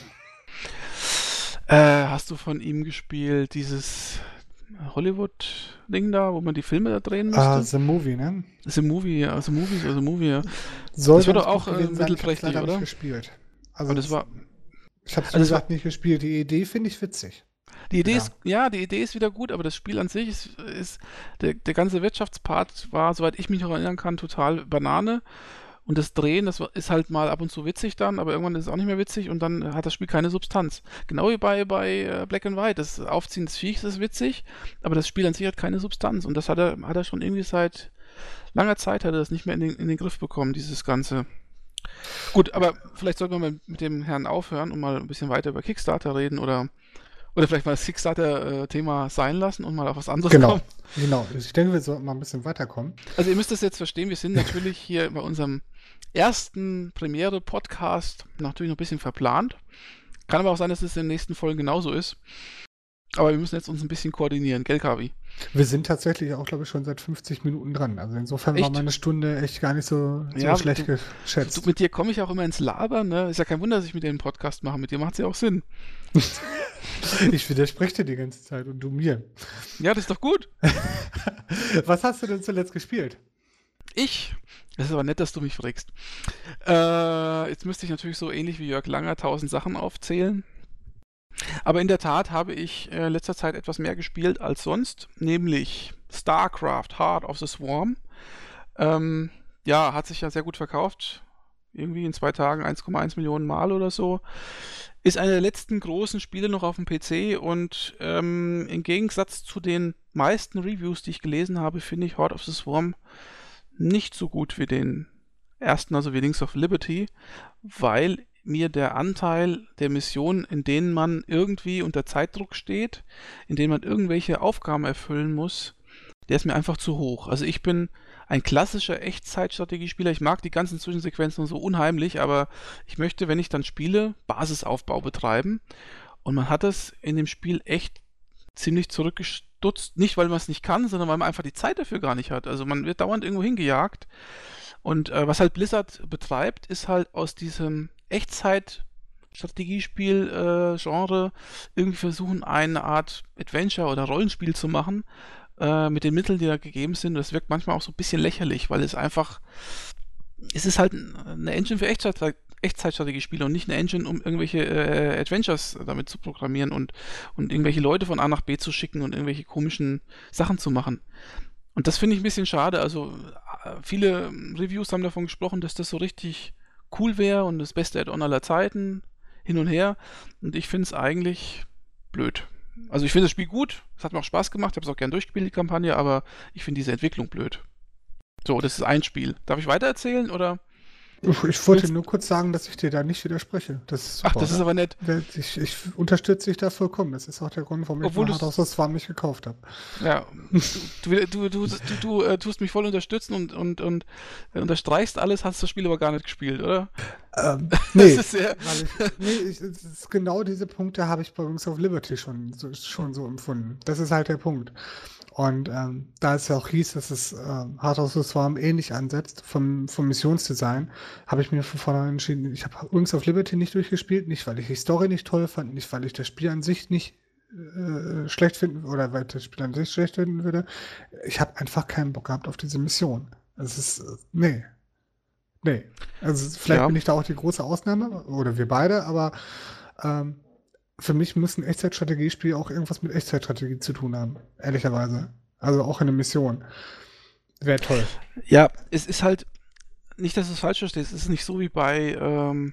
Äh, hast du von ihm gespielt, dieses Hollywood-Ding da, wo man die Filme da drehen müsste? Ah, The Movie, ne? The Movie, ja, also Movies, also Movie, ja. Soll das war ganz doch auch gut äh, gewesen sein. Ich hab's mittelprächtig, leider oder? nicht gespielt. Also, Aber das war, ich hab's, wie also es gesagt, nicht gespielt. Die Idee finde ich witzig. die Idee Ja. ist, ja, die Idee ist wieder gut, aber das Spiel an sich ist, ist der, der ganze Wirtschaftspart war, soweit ich mich noch erinnern kann, total Banane. Und das Drehen, das war- ist halt mal ab und zu witzig dann, aber irgendwann ist es auch nicht mehr witzig und dann hat das Spiel keine Substanz. Genau wie bei, bei äh, Black and White. Das Aufziehen des Viechs ist witzig, aber das Spiel an sich hat keine Substanz. Und das hat er, hat er schon irgendwie seit langer Zeit hat er das nicht mehr in den, in den Griff bekommen, dieses Ganze. Gut, aber vielleicht sollten wir mal mit dem Herrn aufhören und mal ein bisschen weiter über Kickstarter reden oder, oder vielleicht mal das Kickstarter-Thema sein lassen und mal auf was anderes Genau. kommen. Genau. Ich denke, wir sollten mal ein bisschen weiterkommen. Also ihr müsst das jetzt verstehen, wir sind natürlich hier bei unserem ersten Premiere-Podcast natürlich noch ein bisschen verplant. Kann aber auch sein, dass es in den nächsten Folgen genauso ist. Aber wir müssen jetzt uns ein bisschen koordinieren, gell, Kavi? Wir sind tatsächlich auch, glaube ich, schon seit fünfzig Minuten dran. Also insofern war Echt? meine Stunde echt gar nicht so, so Ja, schlecht du- geschätzt. Du, mit dir komme ich auch immer ins Labern, ne? Ist ja kein Wunder, dass ich mit dir einen Podcast mache. Mit dir macht es ja auch Sinn. Ich widerspreche dir die ganze Zeit und du mir. Ja, das ist doch gut. Was hast du denn zuletzt gespielt? Ich? Das ist aber nett, dass du mich fragst. Äh, jetzt müsste ich natürlich so ähnlich wie Jörg Langer tausend Sachen aufzählen. Aber in der Tat habe ich äh, in letzter Zeit etwas mehr gespielt als sonst, nämlich StarCraft, Heart of the Swarm. Ähm, ja, hat sich ja sehr gut verkauft. Irgendwie in zwei Tagen eins Komma eins Millionen Mal oder so. Ist einer der letzten großen Spiele noch auf dem P C und ähm, im Gegensatz zu den meisten Reviews, die ich gelesen habe, finde ich Heart of the Swarm nicht so gut wie den ersten, also wie Wings of Liberty, weil mir der Anteil der Missionen, in denen man irgendwie unter Zeitdruck steht, in denen man irgendwelche Aufgaben erfüllen muss, der ist mir einfach zu hoch. Also ich bin ein klassischer Echtzeitstrategiespieler. Ich mag die ganzen Zwischensequenzen so unheimlich, aber ich möchte, wenn ich dann spiele, Basisaufbau betreiben. Und man hat das in dem Spiel echt ziemlich zurückgestutzt. Nicht, weil man es nicht kann, sondern weil man einfach die Zeit dafür gar nicht hat. Also man wird dauernd irgendwo hingejagt. Und äh, was halt Blizzard betreibt, ist halt aus diesem Echtzeit-Strategiespiel-Genre äh, irgendwie versuchen, eine Art Adventure oder Rollenspiel zu machen, äh, mit den Mitteln, die da gegeben sind. Das wirkt manchmal auch so ein bisschen lächerlich, weil es einfach, es ist halt eine Engine für Echtzeit, Echtzeitstrategiespiele und nicht eine Engine, um irgendwelche äh, Adventures damit zu programmieren und, und irgendwelche Leute von A nach B zu schicken und irgendwelche komischen Sachen zu machen. Und das finde ich ein bisschen schade. Also äh, viele Reviews haben davon gesprochen, dass das so richtig cool wäre und das beste Add-on aller Zeiten, hin und her. Und ich finde es eigentlich blöd. Also ich finde das Spiel gut, es hat mir auch Spaß gemacht, ich habe es auch gern durchgespielt, die Kampagne, aber ich finde diese Entwicklung blöd. So, das ist ein Spiel. Darf ich weitererzählen oder? Ich ich wollte Willst, nur kurz sagen, dass ich dir da nicht widerspreche. Das ist ach, super, das ist oder? aber nett. Wer- Ich, ich unterstütze dich da vollkommen. Das ist auch der Grund, warum ich Obwohl mir du Hard of the Swarm nicht gekauft habe. ja, du, du, du, du, du, du äh, tust mich voll unterstützen und, und, und äh, unterstreichst alles, hast das Spiel aber gar nicht gespielt, oder? Ähm, Das nee, ist sehr. weil ich, nee, ich, es ist genau diese Punkte habe ich bei Wings of Liberty schon so, schon so empfunden. Das ist halt der Punkt. Und ähm, da es ja auch hieß, dass es äh, Heart of the Swarm ähnlich ansetzt vom, vom Missionsdesign, habe ich mir von vornherein entschieden, ich habe Wings of Liberty nicht durchgespielt, nicht weil ich die Story nicht toll fand, nicht weil ich das Spiel an sich nicht äh, schlecht finden oder weil ich das Spiel an sich schlecht finden würde. Ich habe einfach keinen Bock gehabt auf diese Mission. Es ist, äh, nee, nee. Also vielleicht Ja, bin ich da auch die große Ausnahme oder wir beide, aber ähm, für mich muss ein Echtzeitstrategiespiel auch irgendwas mit Echtzeitstrategie zu tun haben, ehrlicherweise. Also auch in der Mission. Wäre toll. ja, es ist halt, nicht, dass du es falsch verstehst, es ist nicht so wie bei ähm,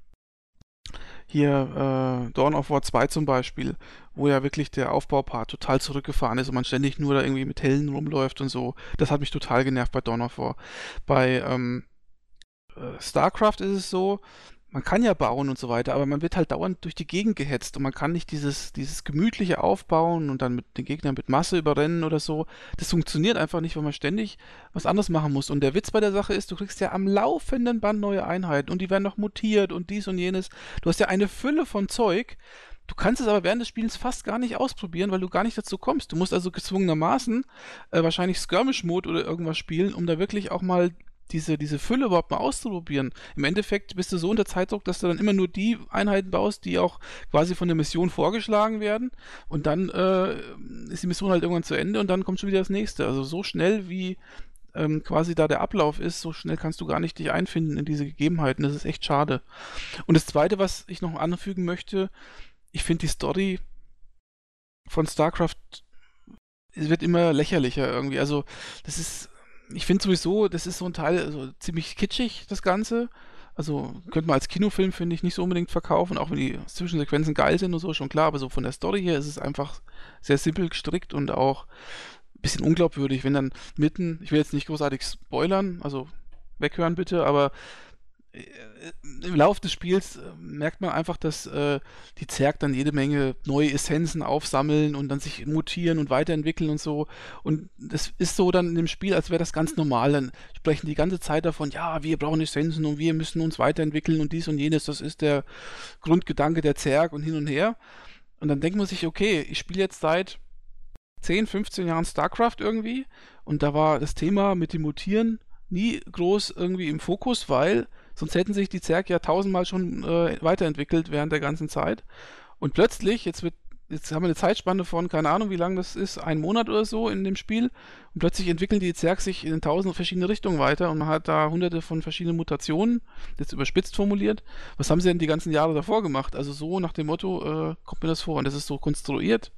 hier äh, Dawn of War zwei zum Beispiel, wo ja wirklich der Aufbaupart total zurückgefahren ist und man ständig nur da irgendwie mit Helden rumläuft und so. Das hat mich total genervt bei Dawn of War. Bei ähm, äh, StarCraft ist es so, man kann ja bauen und so weiter, aber man wird halt dauernd durch die Gegend gehetzt und man kann nicht dieses, dieses gemütliche Aufbauen und dann mit den Gegnern mit Masse überrennen oder so. Das funktioniert einfach nicht, weil man ständig was anderes machen muss. Und der Witz bei der Sache ist, du kriegst ja am laufenden Band neue Einheiten und die werden noch mutiert und dies und jenes. Du hast ja eine Fülle von Zeug. Du kannst es aber während des Spiels fast gar nicht ausprobieren, weil du gar nicht dazu kommst. Du musst also gezwungenermaßen äh, wahrscheinlich Skirmish-Mode oder irgendwas spielen, um da wirklich auch mal diese, diese Fülle überhaupt mal auszuprobieren. Im Endeffekt bist du so unter Zeitdruck, dass du dann immer nur die Einheiten baust, die auch quasi von der Mission vorgeschlagen werden. Und dann äh, ist die Mission halt irgendwann zu Ende und dann kommt schon wieder das nächste. Also so schnell wie ähm, quasi da der Ablauf ist, so schnell kannst du gar nicht dich einfinden in diese Gegebenheiten. Das ist echt schade. Und das Zweite, was ich noch anfügen möchte, ich finde die Story von StarCraft, es wird immer lächerlicher irgendwie. Also das ist, ich finde sowieso, das ist so ein Teil, also ziemlich kitschig, das Ganze. Also könnte man als Kinofilm, finde ich, nicht so unbedingt verkaufen, auch wenn die Zwischensequenzen geil sind und so, schon klar, aber so von der Story her ist es einfach sehr simpel gestrickt und auch ein bisschen unglaubwürdig, wenn dann mitten, ich will jetzt nicht großartig spoilern, also weghören bitte, aber äh, im Laufe des Spiels äh, merkt man einfach, dass äh, die Zerg dann jede Menge neue Essenzen aufsammeln und dann sich mutieren und weiterentwickeln und so. Und das ist so dann in dem Spiel, als wäre das ganz normal. Dann sprechen die ganze Zeit davon, ja, wir brauchen Essenzen und wir müssen uns weiterentwickeln und dies und jenes. Das ist der Grundgedanke der Zerg und hin und her. Und dann denkt man sich, okay, ich spiele jetzt seit zehn, fünfzehn Jahren StarCraft irgendwie und da war das Thema mit dem Mutieren nie groß irgendwie im Fokus, weil sonst hätten sich die Zerg ja tausendmal schon äh, weiterentwickelt während der ganzen Zeit. Und plötzlich, jetzt wird, jetzt haben wir eine Zeitspanne von, keine Ahnung, wie lang das ist, ein Monat oder so in dem Spiel. Und plötzlich entwickeln die Zerg sich in tausend verschiedene Richtungen weiter und man hat da hunderte von verschiedenen Mutationen, jetzt überspitzt formuliert. Was haben sie denn die ganzen Jahre davor gemacht? Also so nach dem Motto, äh, kommt mir das vor. Und das ist so konstruiert.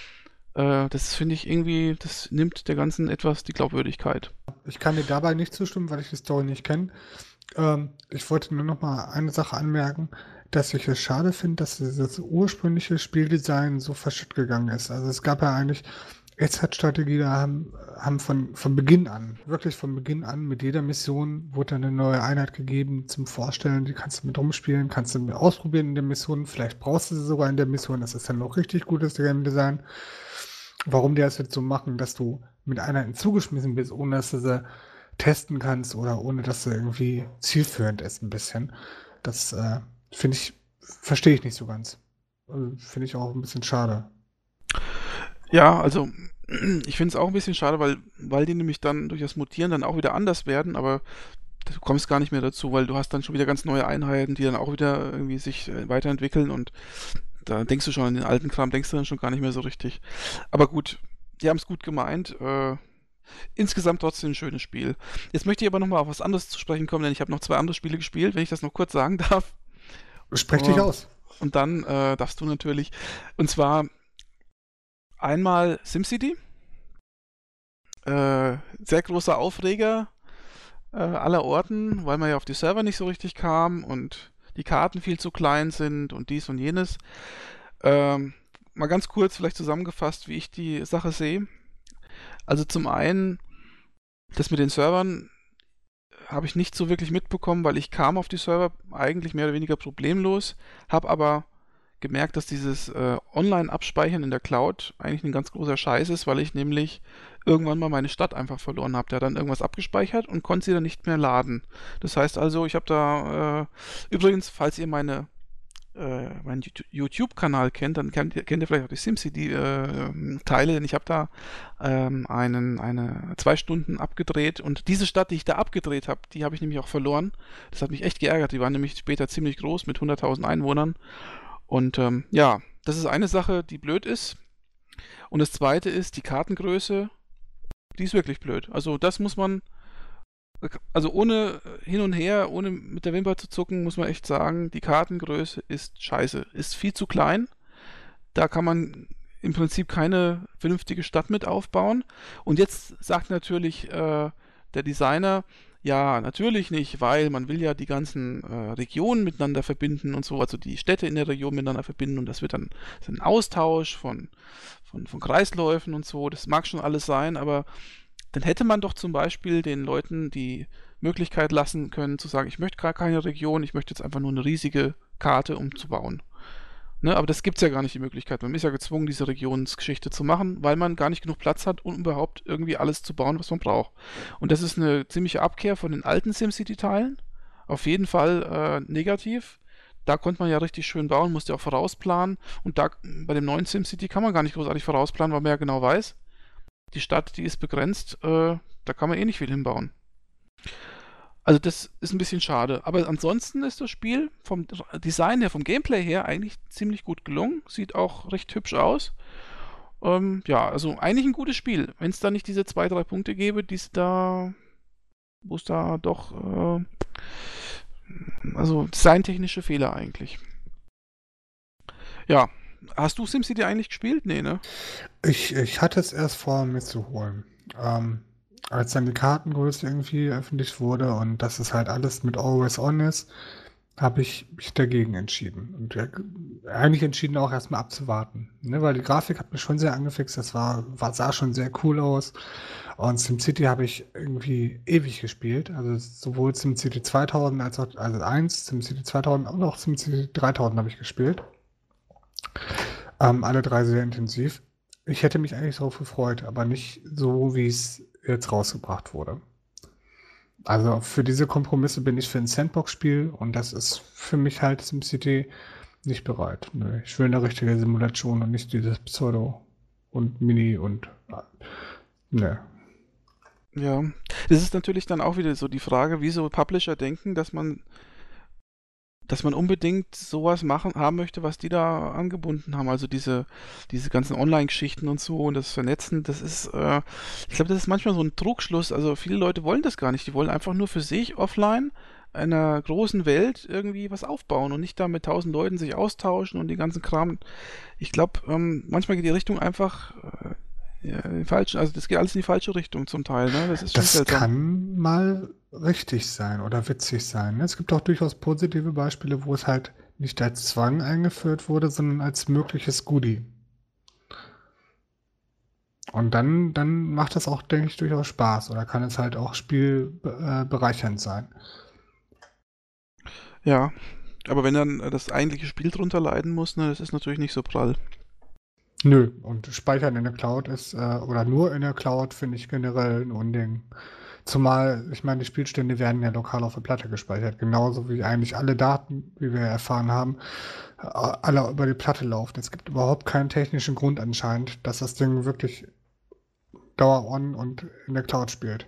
Äh, das finde ich irgendwie, das nimmt der ganzen etwas die Glaubwürdigkeit. Ich kann dir dabei nicht zustimmen, weil ich die Story nicht kenne. Ähm, ich wollte nur noch mal eine Sache anmerken, dass ich es schade finde, dass dieses ursprüngliche Spieldesign so verschütt gegangen ist. Also es gab ja eigentlich Echtzeitstrategie, da haben, haben von, von Beginn an, wirklich von Beginn an, mit jeder Mission wurde eine neue Einheit gegeben zum Vorstellen, die kannst du mit rumspielen, kannst du mit ausprobieren in der Mission, vielleicht brauchst du sie sogar in der Mission, das ist dann noch richtig gutes Game Design. Warum die das jetzt so machen, dass du mit Einheiten zugeschmissen bist, ohne dass du sie testen kannst oder ohne dass sie irgendwie zielführend ist ein bisschen. Das äh, finde ich, verstehe ich nicht so ganz. Also, finde ich auch ein bisschen schade. Ja, also ich finde es auch ein bisschen schade, weil, weil die nämlich dann durch das Mutieren dann auch wieder anders werden, aber du kommst gar nicht mehr dazu, weil du hast dann schon wieder ganz neue Einheiten, die dann auch wieder irgendwie sich äh, weiterentwickeln und da denkst du schon an den alten Kram, denkst du dann schon gar nicht mehr so richtig. Aber gut, die haben es gut gemeint. Äh, insgesamt trotzdem ein schönes Spiel. Jetzt möchte ich aber nochmal auf was anderes zu sprechen kommen, denn ich habe noch zwei andere Spiele gespielt, wenn ich das noch kurz sagen darf. Sprech dich Äh, aus. und dann äh, darfst du natürlich. Und zwar einmal SimCity. Äh, sehr großer Aufreger äh, aller Orten, weil man ja auf die Server nicht so richtig kam und die Karten viel zu klein sind und dies und jenes. Ähm, mal ganz kurz vielleicht zusammengefasst, wie ich die Sache sehe. Also zum einen, das mit den Servern habe ich nicht so wirklich mitbekommen, weil ich kam auf die Server eigentlich mehr oder weniger problemlos, habe aber gemerkt, dass dieses äh, Online-Abspeichern in der Cloud eigentlich ein ganz großer Scheiß ist, weil ich nämlich irgendwann mal meine Stadt einfach verloren habe. Der hat dann irgendwas abgespeichert und konnte sie dann nicht mehr laden. Das heißt also, ich habe da äh, übrigens, falls ihr meine äh, meinen YouTube-Kanal kennt, dann kennt ihr, kennt ihr vielleicht auch die SimCity-Teile, denn ich habe da ähm, einen, eine zwei Stunden abgedreht und diese Stadt, die ich da abgedreht habe, die habe ich nämlich auch verloren. Das hat mich echt geärgert. Die war nämlich später ziemlich groß mit hunderttausend Einwohnern und ähm, ja, das ist eine Sache, die blöd ist. Und das zweite ist, die Kartengröße, die ist wirklich blöd. Also das muss man, also ohne hin und her, ohne mit der Wimper zu zucken, muss man echt sagen, die Kartengröße ist scheiße. Ist viel zu klein. Da kann man im Prinzip keine vernünftige Stadt mit aufbauen. Und jetzt sagt natürlich äh, der Designer, ja, natürlich nicht, weil man will ja die ganzen äh, Regionen miteinander verbinden und so, also die Städte in der Region miteinander verbinden und das wird dann das ist ein Austausch von, von, von Kreisläufen und so. Das mag schon alles sein, aber dann hätte man doch zum Beispiel den Leuten die Möglichkeit lassen können, zu sagen, ich möchte gar keine Region, ich möchte jetzt einfach nur eine riesige Karte umzubauen. Ne, aber das gibt es ja gar nicht die Möglichkeit. Man ist ja gezwungen, diese Regionsgeschichte zu machen, weil man gar nicht genug Platz hat, um überhaupt irgendwie alles zu bauen, was man braucht. Und das ist eine ziemliche Abkehr von den alten SimCity-Teilen. Auf jeden Fall äh, negativ. Da konnte man ja richtig schön bauen, musste ja auch vorausplanen. Und da bei dem neuen SimCity kann man gar nicht großartig vorausplanen, weil man ja genau weiß, die Stadt, die ist begrenzt, äh, da kann man eh nicht viel hinbauen. Also das ist ein bisschen schade. Aber ansonsten ist das Spiel vom Design her, vom Gameplay her eigentlich ziemlich gut gelungen. Sieht auch recht hübsch aus. Ähm, ja, also eigentlich ein gutes Spiel. Wenn es da nicht diese zwei, drei Punkte gäbe, die es da, wo es da doch, äh, also designtechnische Fehler eigentlich. Ja, hast du SimCity eigentlich gespielt? Nee, ne? Ich, ich hatte es erst vor, mir zu holen. Ähm, als dann die Kartengröße irgendwie öffentlich wurde und dass es halt alles mit Always On ist, habe ich mich dagegen entschieden. Und ja, eigentlich entschieden auch erstmal abzuwarten. Ne? Weil die Grafik hat mich schon sehr angefixt. Das war, war, sah schon sehr cool aus. Und SimCity habe ich irgendwie ewig gespielt. Also sowohl SimCity zweitausend als auch also eins, SimCity zweitausend und auch SimCity dreitausend habe ich gespielt. Ähm, alle drei sehr intensiv. Ich hätte mich eigentlich darauf gefreut, aber nicht so, wie es jetzt rausgebracht wurde. Also für diese Kompromisse bin ich für ein Sandbox-Spiel und das ist für mich halt SimCity nicht bereit. Nö, ich will eine richtige Simulation und nicht dieses Pseudo und Mini und ne. Ja, das ist natürlich dann auch wieder so die Frage, wieso Publisher denken, dass man dass man unbedingt sowas machen haben möchte, was die da angebunden haben. Also diese, diese ganzen Online-Geschichten und so und das Vernetzen, das ist, äh, ich glaube, das ist manchmal so ein Trugschluss. Also viele Leute wollen das gar nicht. Die wollen einfach nur für sich offline einer großen Welt irgendwie was aufbauen und nicht da mit tausend Leuten sich austauschen und den ganzen Kram. Ich glaube, ähm, manchmal geht die Richtung einfach äh, ja, in die falsche, also das geht alles in die falsche Richtung zum Teil, ne? Das ist schon Das seltsam. kann mal richtig sein oder witzig sein. Ne? Es gibt auch durchaus positive Beispiele, wo es halt nicht als Zwang eingeführt wurde, sondern als mögliches Goodie. Und dann, dann macht das auch, denke ich, durchaus Spaß oder kann es halt auch spielbereichernd sein. Ja, aber wenn dann äh, das eigentliche Spiel drunter leiden muss, ne, das ist natürlich nicht so prall. Nö, und Speichern in der Cloud ist, äh, oder nur in der Cloud, finde ich generell ein Unding. Zumal, ich meine, die Spielstände werden ja lokal auf der Platte gespeichert, genauso wie eigentlich alle Daten, wie wir erfahren haben, äh, alle über die Platte laufen. Es gibt überhaupt keinen technischen Grund anscheinend, dass das Ding wirklich Dauer-on und in der Cloud spielt.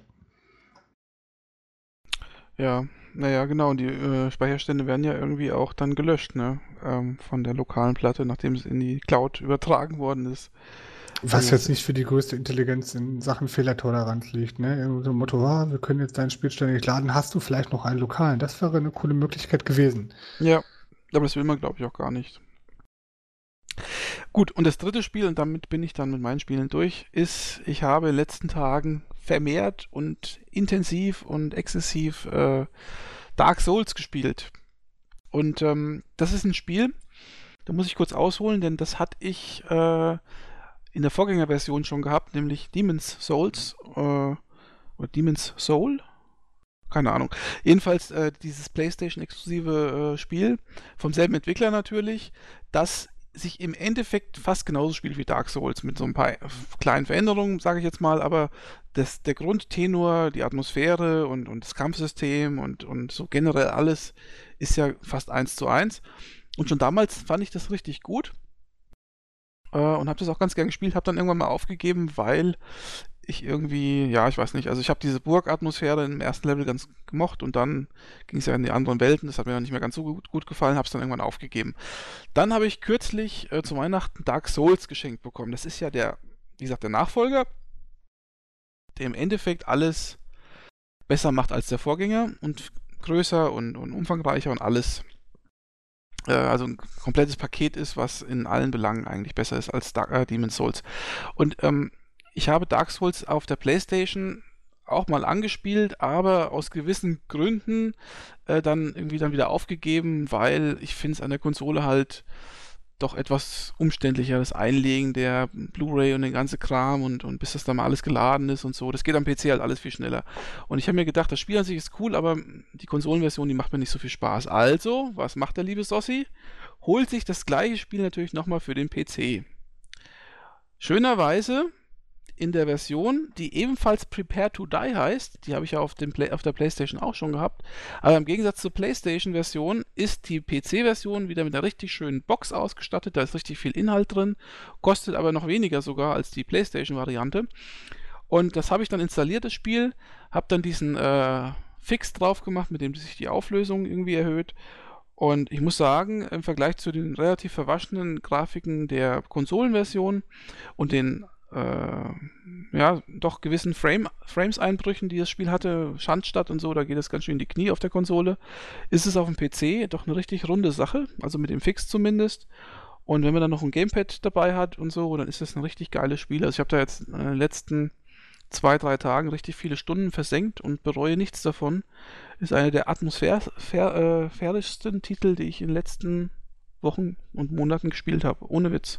Ja, naja, genau. Und die äh, Speicherstände werden ja irgendwie auch dann gelöscht, ne? Ähm, von der lokalen Platte, nachdem es in die Cloud übertragen worden ist. Was Also jetzt das, nicht für die größte Intelligenz in Sachen Fehlertoleranz liegt, ne? Irgendwie so ein Motto, ah, wir können jetzt deinen Spielstand nicht laden, hast du vielleicht noch einen lokalen? Das wäre eine coole Möglichkeit gewesen. ja, aber das will man, glaube ich, auch gar nicht. Gut, und das dritte Spiel, und damit bin ich dann mit meinen Spielen durch, ist, ich habe in den letzten Tagen vermehrt und intensiv und exzessiv äh, Dark Souls gespielt. Und ähm, das ist ein Spiel, da muss ich kurz ausholen, denn das hatte ich äh, in der Vorgängerversion schon gehabt, nämlich Demon's Souls äh, oder Demon's Soul. Keine Ahnung. Jedenfalls äh, dieses PlayStation-exklusive äh, Spiel, vom selben Entwickler natürlich, das sich im Endeffekt fast genauso spielt wie Dark Souls, mit so ein paar äh, kleinen Veränderungen, sage ich jetzt mal, aber das, der Grundtenor, die Atmosphäre und, und das Kampfsystem und, und so generell alles ist ja fast eins zu eins. Und schon damals fand ich das richtig gut äh, und habe das auch ganz gern gespielt, habe dann irgendwann mal aufgegeben, weil ich irgendwie, ja, ich weiß nicht, also ich habe diese Burgatmosphäre im ersten Level ganz gemocht und dann ging es ja in die anderen Welten, das hat mir dann nicht mehr ganz so gut, gut gefallen, habe es dann irgendwann aufgegeben. Dann habe ich kürzlich äh, zu Weihnachten Dark Souls geschenkt bekommen. Das ist ja der, wie gesagt, der Nachfolger, der im Endeffekt alles besser macht als der Vorgänger und größer und, und umfangreicher und alles. Äh, also ein komplettes Paket ist, was in allen Belangen eigentlich besser ist als Dark, äh, Demon's Souls. Und ähm, ich habe Dark Souls auf der PlayStation auch mal angespielt, aber aus gewissen Gründen äh, dann irgendwie dann wieder aufgegeben, weil ich finde es an der Konsole halt doch etwas umständlicher, das Einlegen der Blu-ray und den ganzen Kram und, und bis das dann mal alles geladen ist und so. Das geht am P C halt alles viel schneller. Und ich habe mir gedacht, das Spiel an sich ist cool, aber die Konsolenversion, die macht mir nicht so viel Spaß. Also, was macht der liebe Sossi? Holt sich das gleiche Spiel natürlich nochmal für den P C. Schönerweise in der Version, die ebenfalls Prepare to Die heißt, die habe ich ja auf, dem Play auf der PlayStation auch schon gehabt, aber im Gegensatz zur PlayStation-Version ist die P C-Version wieder mit einer richtig schönen Box ausgestattet, da ist richtig viel Inhalt drin, kostet aber noch weniger sogar als die PlayStation-Variante. Und das habe ich dann installiert, das Spiel, habe dann diesen äh, Fix drauf gemacht, mit dem sich die Auflösung irgendwie erhöht. Und ich muss sagen, im Vergleich zu den relativ verwaschenen Grafiken der Konsolenversion und den äh, ja, doch gewissen Frame, Frames-Einbrüchen, die das Spiel hatte, Schandstadt und so, da geht es ganz schön in die Knie auf der Konsole, ist es auf dem P C doch eine richtig runde Sache, also mit dem Fix zumindest. Und wenn man dann noch ein Gamepad dabei hat und so, dann ist das ein richtig geiles Spiel. Also ich habe da jetzt in den letzten zwei, drei Tagen richtig viele Stunden versenkt und bereue nichts davon. Ist einer der atmosphärischsten Titel, die ich in den letzten Wochen und Monaten gespielt habe. Ohne Witz.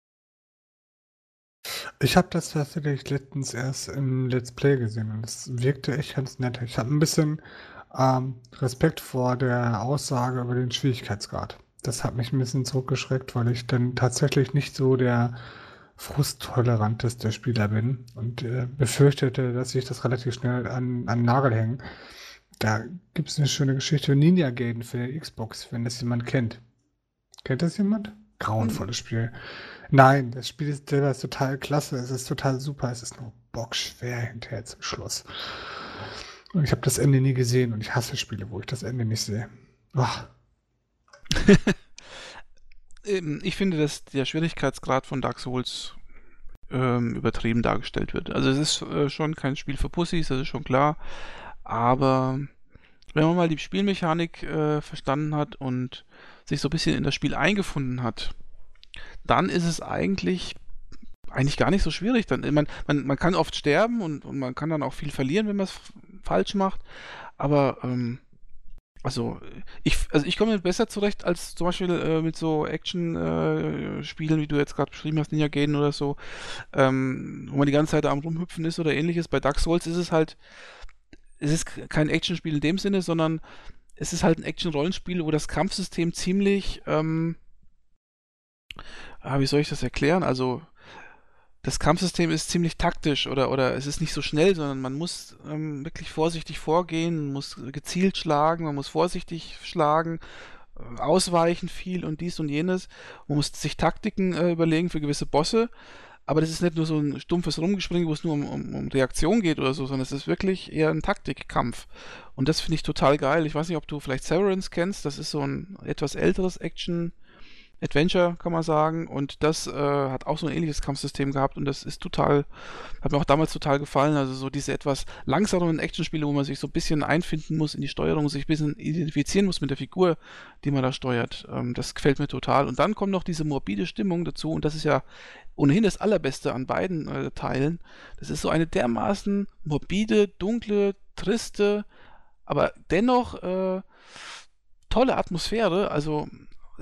Ich habe das tatsächlich letztens erst im Let's Play gesehen und es wirkte echt ganz nett. Ich habe ein bisschen ähm, Respekt vor der Aussage über den Schwierigkeitsgrad. Das hat mich ein bisschen zurückgeschreckt, weil ich dann tatsächlich nicht so der frusttoleranteste Spieler bin und äh, befürchtete, dass ich das relativ schnell an, an den Nagel hänge. Da gibt es eine schöne Geschichte, Ninja Gaiden für die Xbox, wenn das jemand kennt. Kennt das jemand? Grauenvolles Spiel. Nein, das Spiel ist selber ist total klasse, es ist total super, es ist nur bockschwer hinterher zum Schluss. Und ich habe das Ende nie gesehen und ich hasse Spiele, wo ich das Ende nicht sehe. Ach. Ich finde, dass der Schwierigkeitsgrad von Dark Souls ähm, übertrieben dargestellt wird. Also es ist äh, schon kein Spiel für Pussys, das ist schon klar, aber wenn man mal die Spielmechanik äh, verstanden hat und sich so ein bisschen in das Spiel eingefunden hat, dann ist es eigentlich eigentlich gar nicht so schwierig. Dann, man, man, man kann oft sterben und, und man kann dann auch viel verlieren, wenn man es falsch macht. Aber ähm, also ich, also ich komme besser zurecht als zum Beispiel äh, mit so Action-Spielen, äh, wie du jetzt gerade beschrieben hast, Ninja Gaiden oder so, ähm, wo man die ganze Zeit am Rumhüpfen ist oder ähnliches. Bei Dark Souls ist es halt, es ist kein Actionspiel in dem Sinne, sondern es ist halt ein Action-Rollenspiel, wo das Kampfsystem ziemlich, ähm, ah, wie soll ich das erklären? Also das Kampfsystem ist ziemlich taktisch oder, oder es ist nicht so schnell, sondern man muss ähm, wirklich vorsichtig vorgehen, man muss gezielt schlagen, man muss vorsichtig schlagen, äh, ausweichen viel und dies und jenes. Man muss sich Taktiken äh, überlegen für gewisse Bosse, aber das ist nicht nur so ein stumpfes Rumgespringen, wo es nur um, um, um Reaktion geht oder so, sondern es ist wirklich eher ein Taktikkampf. Und das finde ich total geil. Ich weiß nicht, ob du vielleicht Severance kennst, das ist so ein etwas älteres Action- Adventure, kann man sagen. Und das äh, hat auch so ein ähnliches Kampfsystem gehabt und das ist total, hat mir auch damals total gefallen. Also so diese etwas langsameren Actionspiele, wo man sich so ein bisschen einfinden muss in die Steuerung, sich ein bisschen identifizieren muss mit der Figur, die man da steuert. Ähm, das gefällt mir total. Und dann kommt noch diese morbide Stimmung dazu und das ist ja ohnehin das Allerbeste an beiden äh, Teilen. Das ist so eine dermaßen morbide, dunkle, triste, aber dennoch äh, tolle Atmosphäre. Also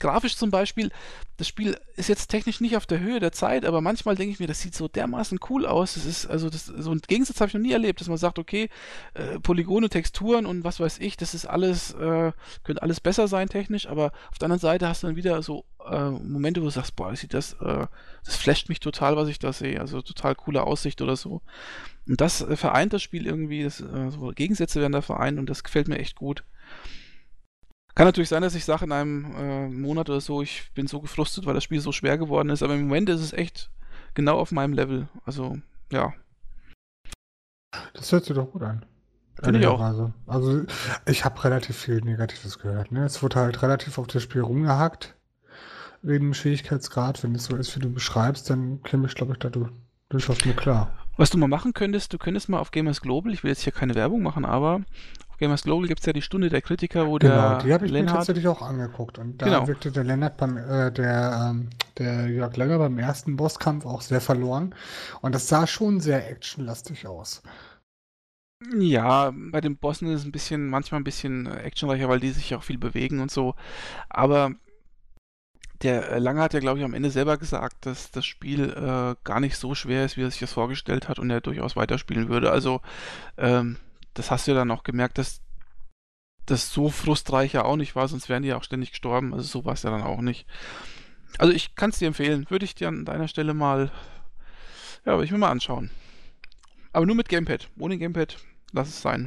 grafisch zum Beispiel, das Spiel ist jetzt technisch nicht auf der Höhe der Zeit, aber manchmal denke ich mir, das sieht so dermaßen cool aus. Das ist, also das, so einen Gegensatz habe ich noch nie erlebt, dass man sagt, okay, äh, Polygone, Texturen und was weiß ich, das ist alles, äh, könnte alles besser sein technisch, aber auf der anderen Seite hast du dann wieder so äh, Momente, wo du sagst, boah, das sieht das, äh, das flasht mich total, was ich da sehe. Also total coole Aussicht oder so. Und das äh, vereint das Spiel irgendwie, das, äh, so Gegensätze werden da vereint und das gefällt mir echt gut. Kann natürlich sein, dass ich sage in einem äh, Monat oder so, ich bin so gefrustet, weil das Spiel so schwer geworden ist, aber im Moment ist es echt genau auf meinem Level. Also, ja. Das hört sich doch gut an. Finde ich auch. Ehrlicherweise. Also, ich habe relativ viel Negatives gehört. Ne? Es wurde halt relativ auf das Spiel rumgehackt, wegen dem Schwierigkeitsgrad. Wenn es so ist, wie du beschreibst, dann käme ich, glaube ich, da du- durchaus mit klar. Was du mal machen könntest, du könntest mal auf Gamers Global, ich will jetzt hier keine Werbung machen, aber auf Gamers Global gibt es ja die Stunde der Kritiker, wo Genau, der die habe ich mir Lennart, tatsächlich auch angeguckt. Und da genau, wirkte der Lennart beim, äh, der, ähm, der Jörg Leller beim ersten Bosskampf auch sehr verloren. Und das sah schon sehr actionlastig aus. ja, bei den Bossen ist es ein bisschen, manchmal ein bisschen äh, actionreicher, weil die sich auch viel bewegen und so, aber der äh, Lange hat ja, glaube ich, am Ende selber gesagt, dass das Spiel äh, gar nicht so schwer ist, wie er sich das vorgestellt hat und er durchaus weiterspielen würde. Also, ähm, das hast du ja dann auch gemerkt, dass das so frustreich ja auch nicht war, sonst wären die ja auch ständig gestorben. Also so war es ja dann auch nicht. Also ich kann es dir empfehlen. Würde ich dir an deiner Stelle mal, ja, würde ich mir mal anschauen. Aber nur mit Gamepad. Ohne Gamepad, lass es sein.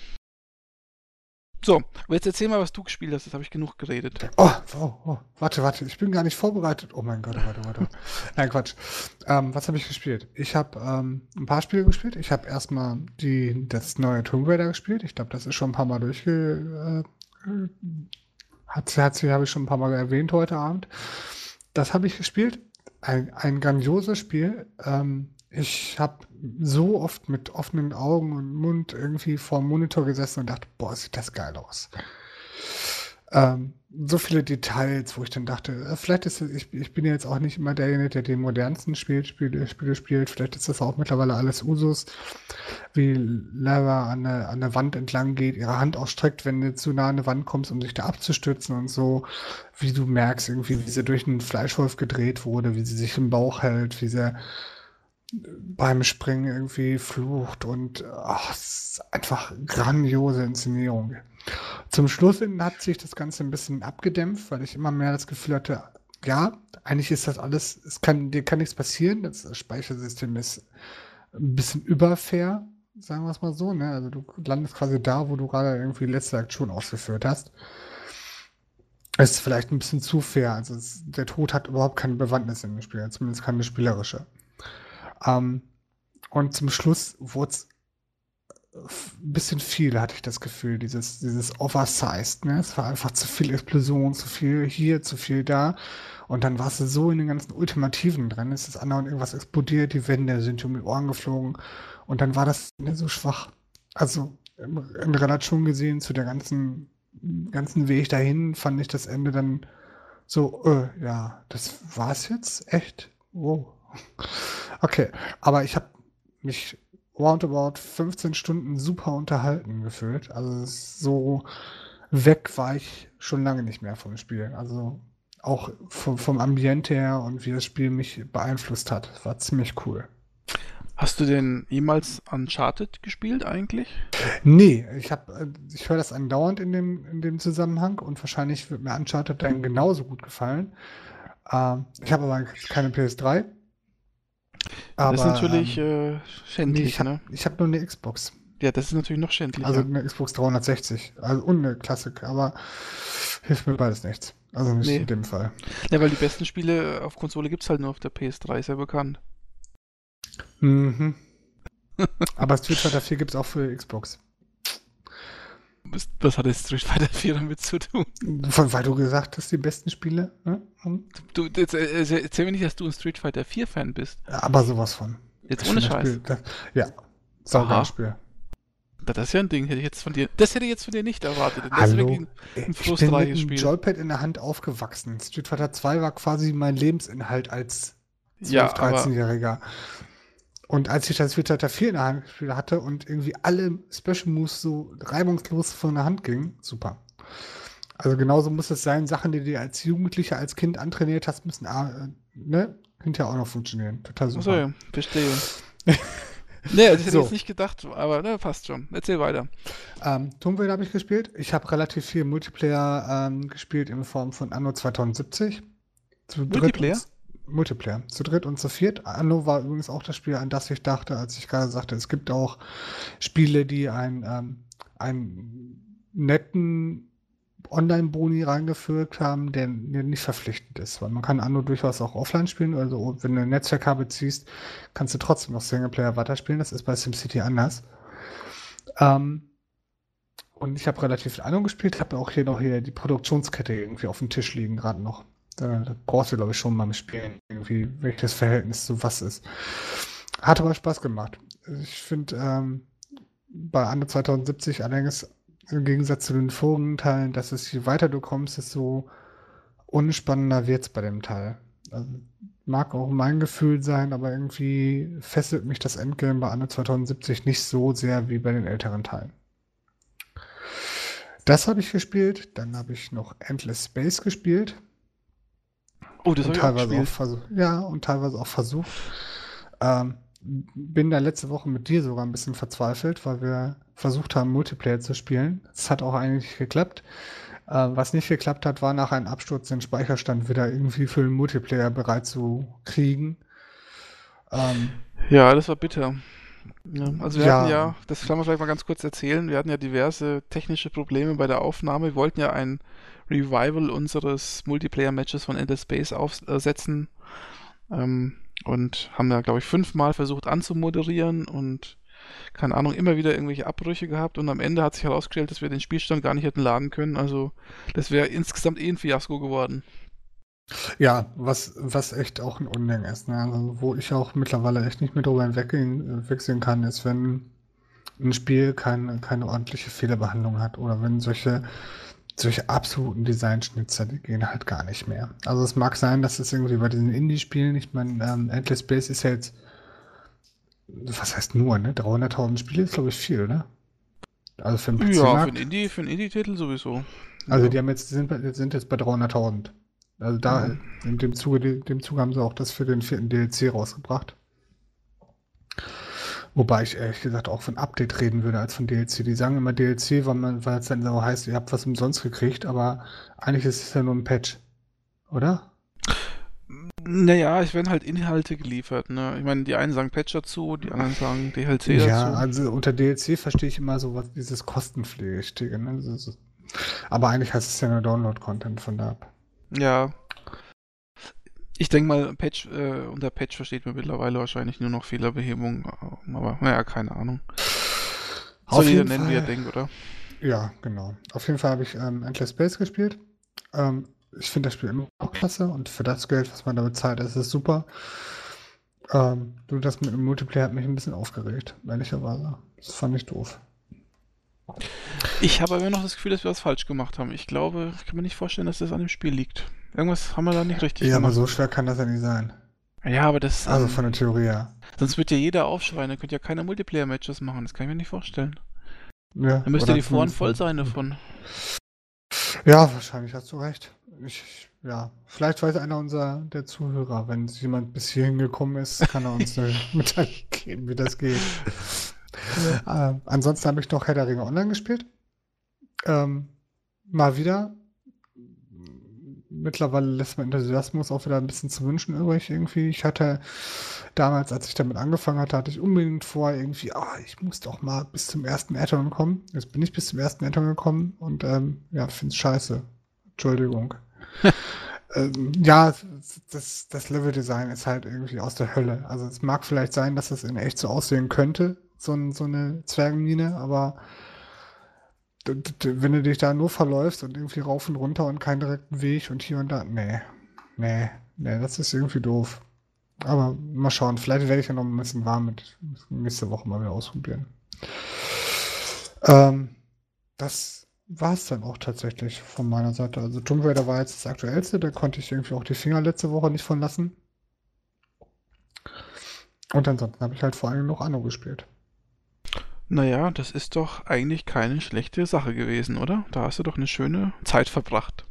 So, aber jetzt erzähl mal, was du gespielt hast. Jetzt habe ich genug geredet. Oh, oh, oh, warte, warte, ich bin gar nicht vorbereitet. Oh mein Gott, warte, warte. Nein, Quatsch. Ähm, was habe ich gespielt? Ich habe ähm, ein paar Spiele gespielt. Ich habe erstmal die, das neue Tomb Raider gespielt. Ich glaube, das ist schon ein paar Mal durchge... Äh, hat, hat sie, habe ich schon ein paar Mal erwähnt heute Abend. Das habe ich gespielt. Ein, ein grandioses Spiel. Ähm, ich habe so oft mit offenen Augen und Mund irgendwie vor dem Monitor gesessen und dachte, boah, sieht das geil aus. Ähm, so viele Details, wo ich dann dachte, äh, vielleicht ist es, ich, ich bin ja jetzt auch nicht immer derjenige, der die modernsten Spiel, Spiele, Spiele spielt. Vielleicht ist das auch mittlerweile alles Usus, wie Lara an der, an der Wand entlang geht, ihre Hand ausstreckt, wenn du zu nah an eine Wand kommst, um sich da abzustützen und so. Wie du merkst, irgendwie, wie sie durch einen Fleischwolf gedreht wurde, wie sie sich im Bauch hält, wie sie beim Springen irgendwie flucht und ach, es ist einfach grandiose Inszenierung. Zum Schluss hin hat sich das Ganze ein bisschen abgedämpft, weil ich immer mehr das Gefühl hatte, ja, eigentlich ist das alles, es kann, dir kann nichts passieren, das Speichersystem ist ein bisschen überfair, sagen wir es mal so, ne? Also du landest quasi da, wo du gerade irgendwie die letzte Aktion ausgeführt hast. Es ist vielleicht ein bisschen zu fair, also es, der Tod hat überhaupt keine Bewandtnis in dem Spiel, zumindest keine spielerische. Ähm, und zum Schluss wurde es ein bisschen viel, hatte ich das Gefühl, dieses, dieses Oversized, ne? Es war einfach zu viel Explosion, zu viel hier, zu viel da. Und dann warst du so in den ganzen Ultimativen drin, es ist andauernd irgendwas explodiert, die Wände sind um die Ohren geflogen. Und dann war das nicht so schwach. Also in, in Relation gesehen zu der ganzen, ganzen Weg dahin, fand ich das Ende dann so, äh, ja, das war's jetzt? Echt? Wow. Okay, aber ich habe mich roundabout fünfzehn Stunden super unterhalten gefühlt. Also so weg war ich schon lange nicht mehr vom Spiel. Also auch vom, vom Ambiente her und wie das Spiel mich beeinflusst hat. Das war ziemlich cool. Hast du denn jemals Uncharted gespielt eigentlich? Nee, ich habe, ich höre das andauernd in dem, in dem Zusammenhang und wahrscheinlich wird mir Uncharted dann genauso gut gefallen. Ähm, ich habe aber keine P S drei. Das ist Aber natürlich ähm, äh, nee, schändlich, ich habe ne? ich hab nur eine Xbox. Ja, das ist natürlich noch schändlicher. Also eine Xbox dreihundertsechzig. Also und eine Classic, aber hilft mir beides nichts. Also nicht Nee. in dem Fall. Ja, weil die besten Spiele auf Konsole gibt es halt nur auf der P S drei, ist ja bekannt. Mhm. Aber Street Fighter vier gibt es auch für Xbox. Was, was hat jetzt Street Fighter vier damit zu tun? Von, weil du gesagt hast, die besten Spiele. Ne? Hm? Du, jetzt, äh, erzähl mir nicht, dass du ein Street Fighter vier Fan bist. Aber sowas von. Jetzt Ich ohne finde das Scheiß. Spiel, das, ja, Aha. saugeiles Spiel. Da- Das ist ja ein Ding, hätte ich jetzt von dir. Das hätte ich jetzt von dir nicht erwartet. Denn das ist Hallo, wirklich ein, ein ich bin mit frustreiches einem Spiel. Joypad in der Hand aufgewachsen. Street Fighter zwei war quasi mein Lebensinhalt als Ja, zwölf-, aber dreizehnjähriger. Und als ich das Street Fighter vier in der Hand gespielt hatte und irgendwie alle Special Moves so reibungslos von der Hand gingen, super. Also genauso muss es sein, Sachen, die du dir als Jugendlicher, als Kind antrainiert hast, müssen äh, ne, hinterher auch noch funktionieren. Total Achso, super. ja, verstehe. Nee, also ich hätte jetzt So, nicht gedacht, aber ne, passt schon. Erzähl weiter. ähm, Tomb Raider habe ich gespielt. Ich habe relativ viel Multiplayer ähm, gespielt in Form von Anno zweitausendsiebzig. Zu dritt und Multiplayer? z- Multiplayer. Zu dritt und zu viert. Anno war übrigens auch das Spiel, an das ich dachte, als ich gerade sagte, es gibt auch Spiele, die ein, ähm, einen netten Online-Boni reingefügt haben, der, der nicht verpflichtend ist. Weil man kann Anno durchaus auch offline spielen. Also wenn du ein Netzwerkkabel ziehst, kannst du trotzdem noch Singleplayer weiterspielen. Das ist bei SimCity anders. Ähm, und ich habe relativ viel Anno gespielt, habe auch hier noch hier die Produktionskette irgendwie auf dem Tisch liegen, gerade noch. Da, da brauchst du, glaube ich, schon mal im Spielen, irgendwie, welches Verhältnis zu was ist. Hat aber Spaß gemacht. Ich finde, ähm, bei Anno zweitausendsiebzig allerdings im Gegensatz zu den vorigen Teilen, dass es, je weiter du kommst, desto unspannender wird es bei dem Teil. Also, mag auch mein Gefühl sein, aber irgendwie fesselt mich das Endgame bei Anno zweitausendsiebzig nicht so sehr wie bei den älteren Teilen. Das habe ich gespielt. Dann habe ich noch Endless Space gespielt. Oh, das Und habe ich auch teilweise auch gespielt. versucht. Ja, und teilweise auch versucht. Ähm, bin da letzte Woche mit dir sogar ein bisschen verzweifelt, weil wir versucht haben, Multiplayer zu spielen. Es hat auch eigentlich geklappt. Äh, was nicht geklappt hat, war nach einem Absturz den Speicherstand wieder irgendwie für den Multiplayer bereit zu kriegen. Ähm, Ja, das war bitter. Ja, also wir hatten ja, ja, das kann man vielleicht mal ganz kurz erzählen, wir hatten ja diverse technische Probleme bei der Aufnahme. Wir wollten ja ein Revival unseres Multiplayer-Matches von Ender Space aufsetzen ähm, und haben da, glaube ich, fünfmal versucht anzumoderieren und keine Ahnung, immer wieder irgendwelche Abbrüche gehabt und am Ende hat sich herausgestellt, dass wir den Spielstand gar nicht hätten laden können. Also das wäre insgesamt eh ein Fiasko geworden. ja, was, was echt auch ein Unding ist. Ne? Also, wo ich auch mittlerweile echt nicht mehr drüber hinweggehen, wechseln kann, ist, wenn ein Spiel keine, keine ordentliche Fehlerbehandlung hat oder wenn solche, solche absoluten Designschnitzer, die gehen halt gar nicht mehr. Also es mag sein, dass es irgendwie bei diesen Indie-Spielen, ich meine, ähm, Endless Space ist ja jetzt, was heißt nur, ne? dreihunderttausend Spiele ist, glaube ich, viel, oder? Also für den Ja, für einen P C-Markt. Indie, für einen Indie-Titel sowieso. Also Ja. die haben jetzt, die sind, bei- sind jetzt bei dreihunderttausend. Also Ja. da, in dem Zuge, dem Zuge haben sie auch das für den vierten D L C rausgebracht. Wobei ich ehrlich gesagt auch von Update reden würde als von D L C. Die sagen immer D L C, weil man, weil es dann so heißt, ihr habt was umsonst gekriegt, aber eigentlich ist es ja nur ein Patch, oder? Naja, es werden halt Inhalte geliefert, ne? Ich meine, die einen sagen Patch dazu, die anderen sagen D L C Ja, dazu. also unter D L C verstehe ich immer so was, dieses kostenpflichtige, ne? Das ist- Aber eigentlich heißt es ja nur Download-Content von da ab. Ja, ich denke mal, Patch, äh, unter Patch versteht man mittlerweile wahrscheinlich nur noch Fehlerbehebung, äh, aber naja, keine Ahnung. Soll Auf jeder jeden nennen, wie er Fall, denkt, oder? ja, genau. Auf jeden Fall habe ich ähm, Endless Space gespielt. Ähm, ich finde das Spiel immer noch klasse und für das Geld, was man da bezahlt, ist es super. Ähm, du, das mit dem Multiplayer hat mich ein bisschen aufgeregt, ehrlicherweise. Das fand ich doof. Ich habe aber immer noch das Gefühl, dass wir was falsch gemacht haben. Ich glaube, ich kann mir nicht vorstellen, dass das an dem Spiel liegt. Irgendwas haben wir da nicht richtig Ja, aber gemacht. so schwer kann das ja nicht sein. Ja, aber das, Also ähm, von der Theorie her. sonst wird ja jeder aufschreien, dann könnt ihr ja keine Multiplayer-Matches machen. Das kann ich mir nicht vorstellen. Ja, Dann müsste oder die Foren zumindest. voll sein davon. Ja, wahrscheinlich hast du recht. Ich, ja, vielleicht weiß einer unserer der Zuhörer, wenn jemand bis hierhin gekommen ist, kann er uns eine Mitteilung geben, wie das geht. Ja. Ähm, ansonsten habe ich noch Herr der Ringe online gespielt. Ähm, mal wieder. Mittlerweile lässt mein Enthusiasmus auch wieder ein bisschen zu wünschen übrig irgendwie. Ich hatte damals, als ich damit angefangen hatte, hatte ich unbedingt vor, irgendwie, ah, ich muss doch mal bis zum ersten Add-on kommen. Jetzt bin ich bis zum ersten Add-on gekommen und ähm, ja, finde es scheiße. Entschuldigung. Ähm, ja, das, das Level-Design ist halt irgendwie aus der Hölle. Also es mag vielleicht sein, dass es in echt so aussehen könnte, so, ein, so eine Zwergenmine, aber d- d- wenn du dich da nur verläufst und irgendwie rauf und runter und keinen direkten Weg und hier und da, nee, nee, nee, das ist irgendwie doof. Aber mal schauen, vielleicht werde ich ja noch ein bisschen warm mit nächste Woche mal wieder ausprobieren. Ähm, das war es dann auch tatsächlich von meiner Seite. Also Tomb Raider war jetzt das aktuellste, da konnte ich irgendwie auch die Finger letzte Woche nicht von lassen. Und ansonsten habe ich halt vor allem noch Anno gespielt. Naja, das ist doch eigentlich keine schlechte Sache gewesen, oder? Da hast du doch eine schöne Zeit verbracht.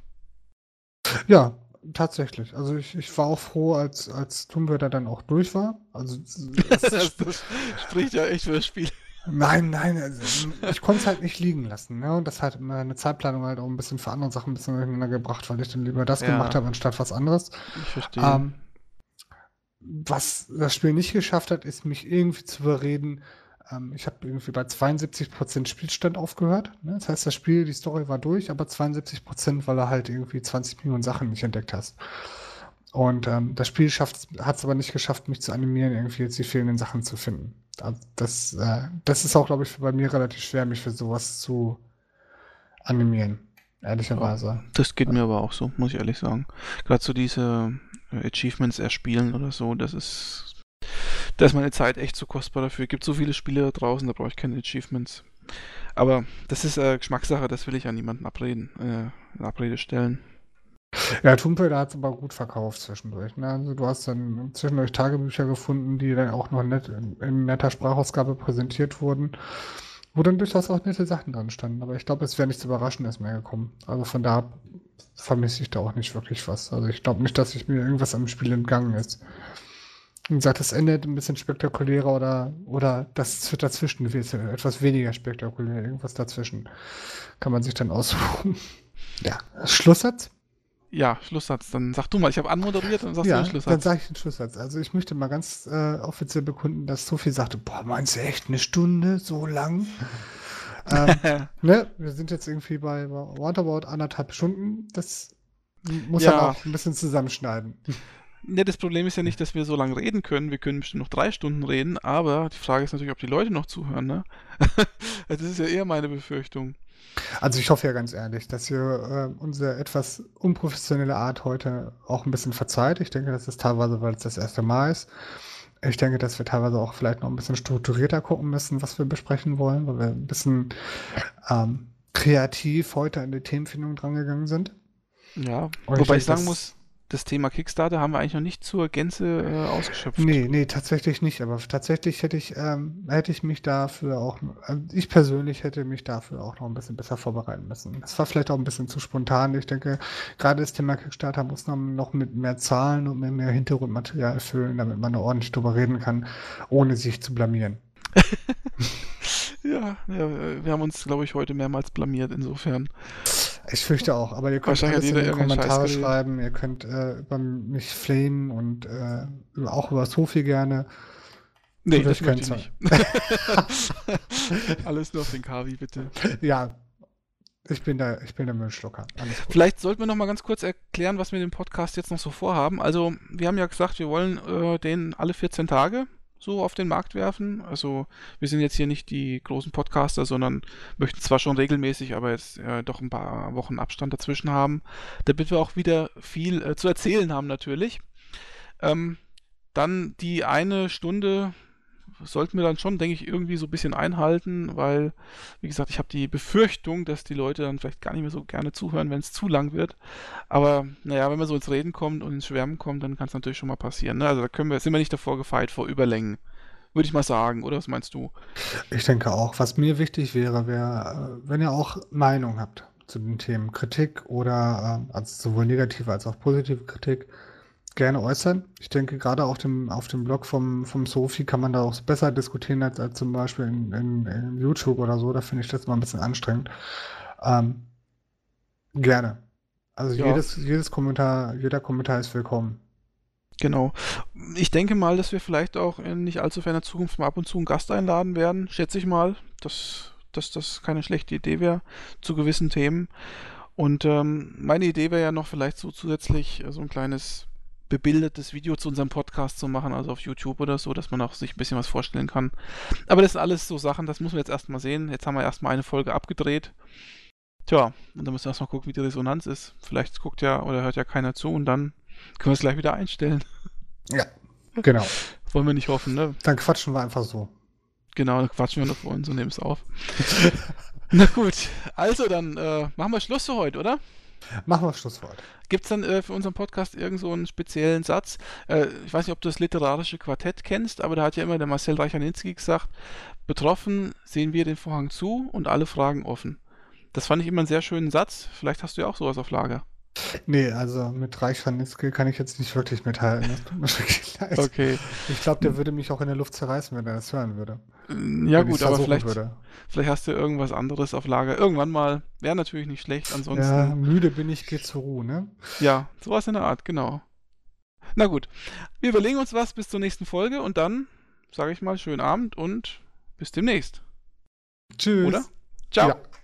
Ja, tatsächlich. Also ich, ich war auch froh, als, als Tomb Raider dann auch durch war. Also es, Das, das spricht ja echt für das Spiel. nein, nein, also ich konnte es halt nicht liegen lassen. Ne? Und das hat meine Zeitplanung halt auch ein bisschen für andere Sachen ein bisschen durcheinander gebracht, weil ich dann lieber das Ja. gemacht habe, anstatt was anderes. Ich verstehe. Ähm, was das Spiel nicht geschafft hat, ist mich irgendwie zu überreden. Ähm, ich habe irgendwie bei zweiundsiebzig Prozent Spielstand aufgehört. Ne? Das heißt, das Spiel, die Story war durch, aber zweiundsiebzig Prozent, weil du halt irgendwie zwanzig Millionen Sachen nicht entdeckt hast. Und ähm, das Spiel hat es aber nicht geschafft, mich zu animieren, irgendwie jetzt die fehlenden Sachen zu finden. Also das, äh, das ist auch, glaube ich, bei mir relativ schwer, mich für sowas zu animieren, ehrlicherweise. Das geht mir aber auch so, muss ich ehrlich sagen. Gerade so diese äh, Achievements erspielen oder so, das ist, da ist meine Zeit echt zu kostbar dafür. Es gibt so viele Spiele da draußen, da brauche ich keine Achievements. Aber das ist äh, Geschmackssache, das will ich an niemanden abreden, äh, in Abrede stellen. Ja, Tomb Raider hat es aber gut verkauft zwischendurch. Ne? Also du hast dann zwischendurch Tagebücher gefunden, die dann auch noch nett in, in netter Sprachausgabe präsentiert wurden, wo dann durchaus auch nette Sachen dran standen. Aber ich glaube, es wäre nichts Überraschendes mehr gekommen. Also von da vermisse ich da auch nicht wirklich was. Also ich glaube nicht, dass sich mir irgendwas am Spiel entgangen ist. Wie gesagt, das Ende ein bisschen spektakulärer oder, oder das dazwischen wird etwas weniger spektakulär. Irgendwas dazwischen kann man sich dann aussuchen. Ja, Schlusssatz? Ja, Schlusssatz. Dann sag du mal, ich habe anmoderiert, dann sagst ja, du den Schlusssatz. dann sage ich den Schlusssatz. Also ich möchte mal ganz äh, offiziell bekunden, dass Sophie sagte, boah, meinst du echt eine Stunde so lang? ähm, ne? Wir sind jetzt irgendwie bei roundabout anderthalb Stunden. Das muss Ja. man auch ein bisschen zusammenschneiden. Ne, das Problem ist ja nicht, dass wir so lange reden können. Wir können bestimmt noch drei Stunden reden, aber die Frage ist natürlich, ob die Leute noch zuhören, ne? Das ist ja eher meine Befürchtung. Also ich hoffe ja ganz ehrlich, dass ihr äh, unsere etwas unprofessionelle Art heute auch ein bisschen verzeiht. Ich denke, das ist teilweise, weil es das erste Mal ist. Ich denke, dass wir teilweise auch vielleicht noch ein bisschen strukturierter gucken müssen, was wir besprechen wollen, weil wir ein bisschen ähm, kreativ heute an die Themenfindung drangegangen sind. Ja, Und wobei ich denke, sagen das- muss, das Thema Kickstarter haben wir eigentlich noch nicht zur Gänze äh, ausgeschöpft. Nee, nee, tatsächlich nicht. Aber tatsächlich hätte ich, ähm, hätte ich mich dafür auch, äh, ich persönlich hätte mich dafür auch noch ein bisschen besser vorbereiten müssen. Das war vielleicht auch ein bisschen zu spontan. Ich denke, gerade das Thema Kickstarter muss man noch mit mehr Zahlen und mit mehr Hintergrundmaterial füllen, damit man da ordentlich drüber reden kann, ohne sich zu blamieren. Ja, ja, wir haben uns, glaube ich, heute mehrmals blamiert, insofern. Ich fürchte auch, aber ihr könnt Wahrscheinlich alles hat in jeder die irgendeinen Kommentare Scheiß geredet. schreiben, ihr könnt äh, über mich flamen und äh, über- auch über Sophie gerne. Nee, Tut das euch möchte ich keinen nicht. Alles nur auf den Kavi, bitte. Ja, ich bin der, ich bin der Müllschlucker. Alles gut. Vielleicht sollten wir noch mal ganz kurz erklären, was wir mit dem Podcast jetzt noch so vorhaben. Also, wir haben ja gesagt, wir wollen äh, den alle vierzehn Tage so auf den Markt werfen. Also, wir sind jetzt hier nicht die großen Podcaster, sondern möchten zwar schon regelmäßig, aber jetzt äh, doch ein paar Wochen Abstand dazwischen haben, damit wir auch wieder viel äh, zu erzählen haben natürlich. Ähm, dann die eine Stunde sollten wir dann schon, denke ich, irgendwie so ein bisschen einhalten, weil, wie gesagt, ich habe die Befürchtung, dass die Leute dann vielleicht gar nicht mehr so gerne zuhören, wenn es zu lang wird. Aber naja, wenn man so ins Reden kommt und ins Schwärmen kommt, dann kann es natürlich schon mal passieren. Ne? Also da können wir, sind wir nicht davor gefeit, vor Überlängen. Würde ich mal sagen, oder was meinst du? Ich denke auch, was mir wichtig wäre, wäre, äh, wenn ihr auch Meinung habt zu den Themen Kritik oder äh, also sowohl negative als auch positive Kritik, gerne äußern. Ich denke, gerade auf dem, auf dem Blog vom, vom Sophie kann man da auch besser diskutieren als, als zum Beispiel in, in, in YouTube oder so. Da finde ich das mal ein bisschen anstrengend. Ähm, gerne. Also Ja. jedes, jedes Kommentar, jeder Kommentar ist willkommen. Genau. Ich denke mal, dass wir vielleicht auch in nicht allzu ferner Zukunft mal ab und zu einen Gast einladen werden, schätze ich mal, dass, dass das keine schlechte Idee wäre zu gewissen Themen. Und ähm, meine Idee wäre ja noch vielleicht so zusätzlich äh, so ein kleines bebildertes Video zu unserem Podcast zu machen, also auf YouTube oder so, dass man auch sich ein bisschen was vorstellen kann. Aber das sind alles so Sachen, das müssen wir jetzt erstmal sehen. Jetzt haben wir erstmal eine Folge abgedreht. Tja, und dann müssen wir erstmal gucken, wie die Resonanz ist. Vielleicht guckt ja oder hört ja keiner zu und dann können wir es gleich wieder einstellen. Ja, genau. Wollen wir nicht hoffen, ne? Dann quatschen wir einfach so. Genau, dann quatschen wir noch vor uns und nehmen es auf. Na gut, also dann äh, machen wir Schluss für heute, oder? Machen wir Schlusswort. Gibt es dann äh, für unseren Podcast irgend so einen speziellen Satz? Äh, ich weiß nicht, ob du das literarische Quartett kennst, aber da hat ja immer der Marcel Reich-Ranitzky gesagt, betroffen sehen wir den Vorhang zu und alle Fragen offen. Das fand ich immer einen sehr schönen Satz. Vielleicht hast du ja auch sowas auf Lager. Nee, also mit Reich-Ranitzky kann ich jetzt nicht wirklich mithalten. Das tut mir wirklich leid. Okay. Ich glaube, der würde mich auch in der Luft zerreißen, wenn er das hören würde. Ja Wenn ich gut, es aber versuchen vielleicht, würde. vielleicht hast du irgendwas anderes auf Lager. Irgendwann mal. Wäre natürlich nicht schlecht. Ja, Ansonsten, müde bin ich, geh zur Ruhe, ne? ja, sowas in der Art, genau. Na gut, wir überlegen uns was bis zur nächsten Folge und dann sage ich mal schönen Abend und bis demnächst. Oder? Tschüss. Ciao. Ja.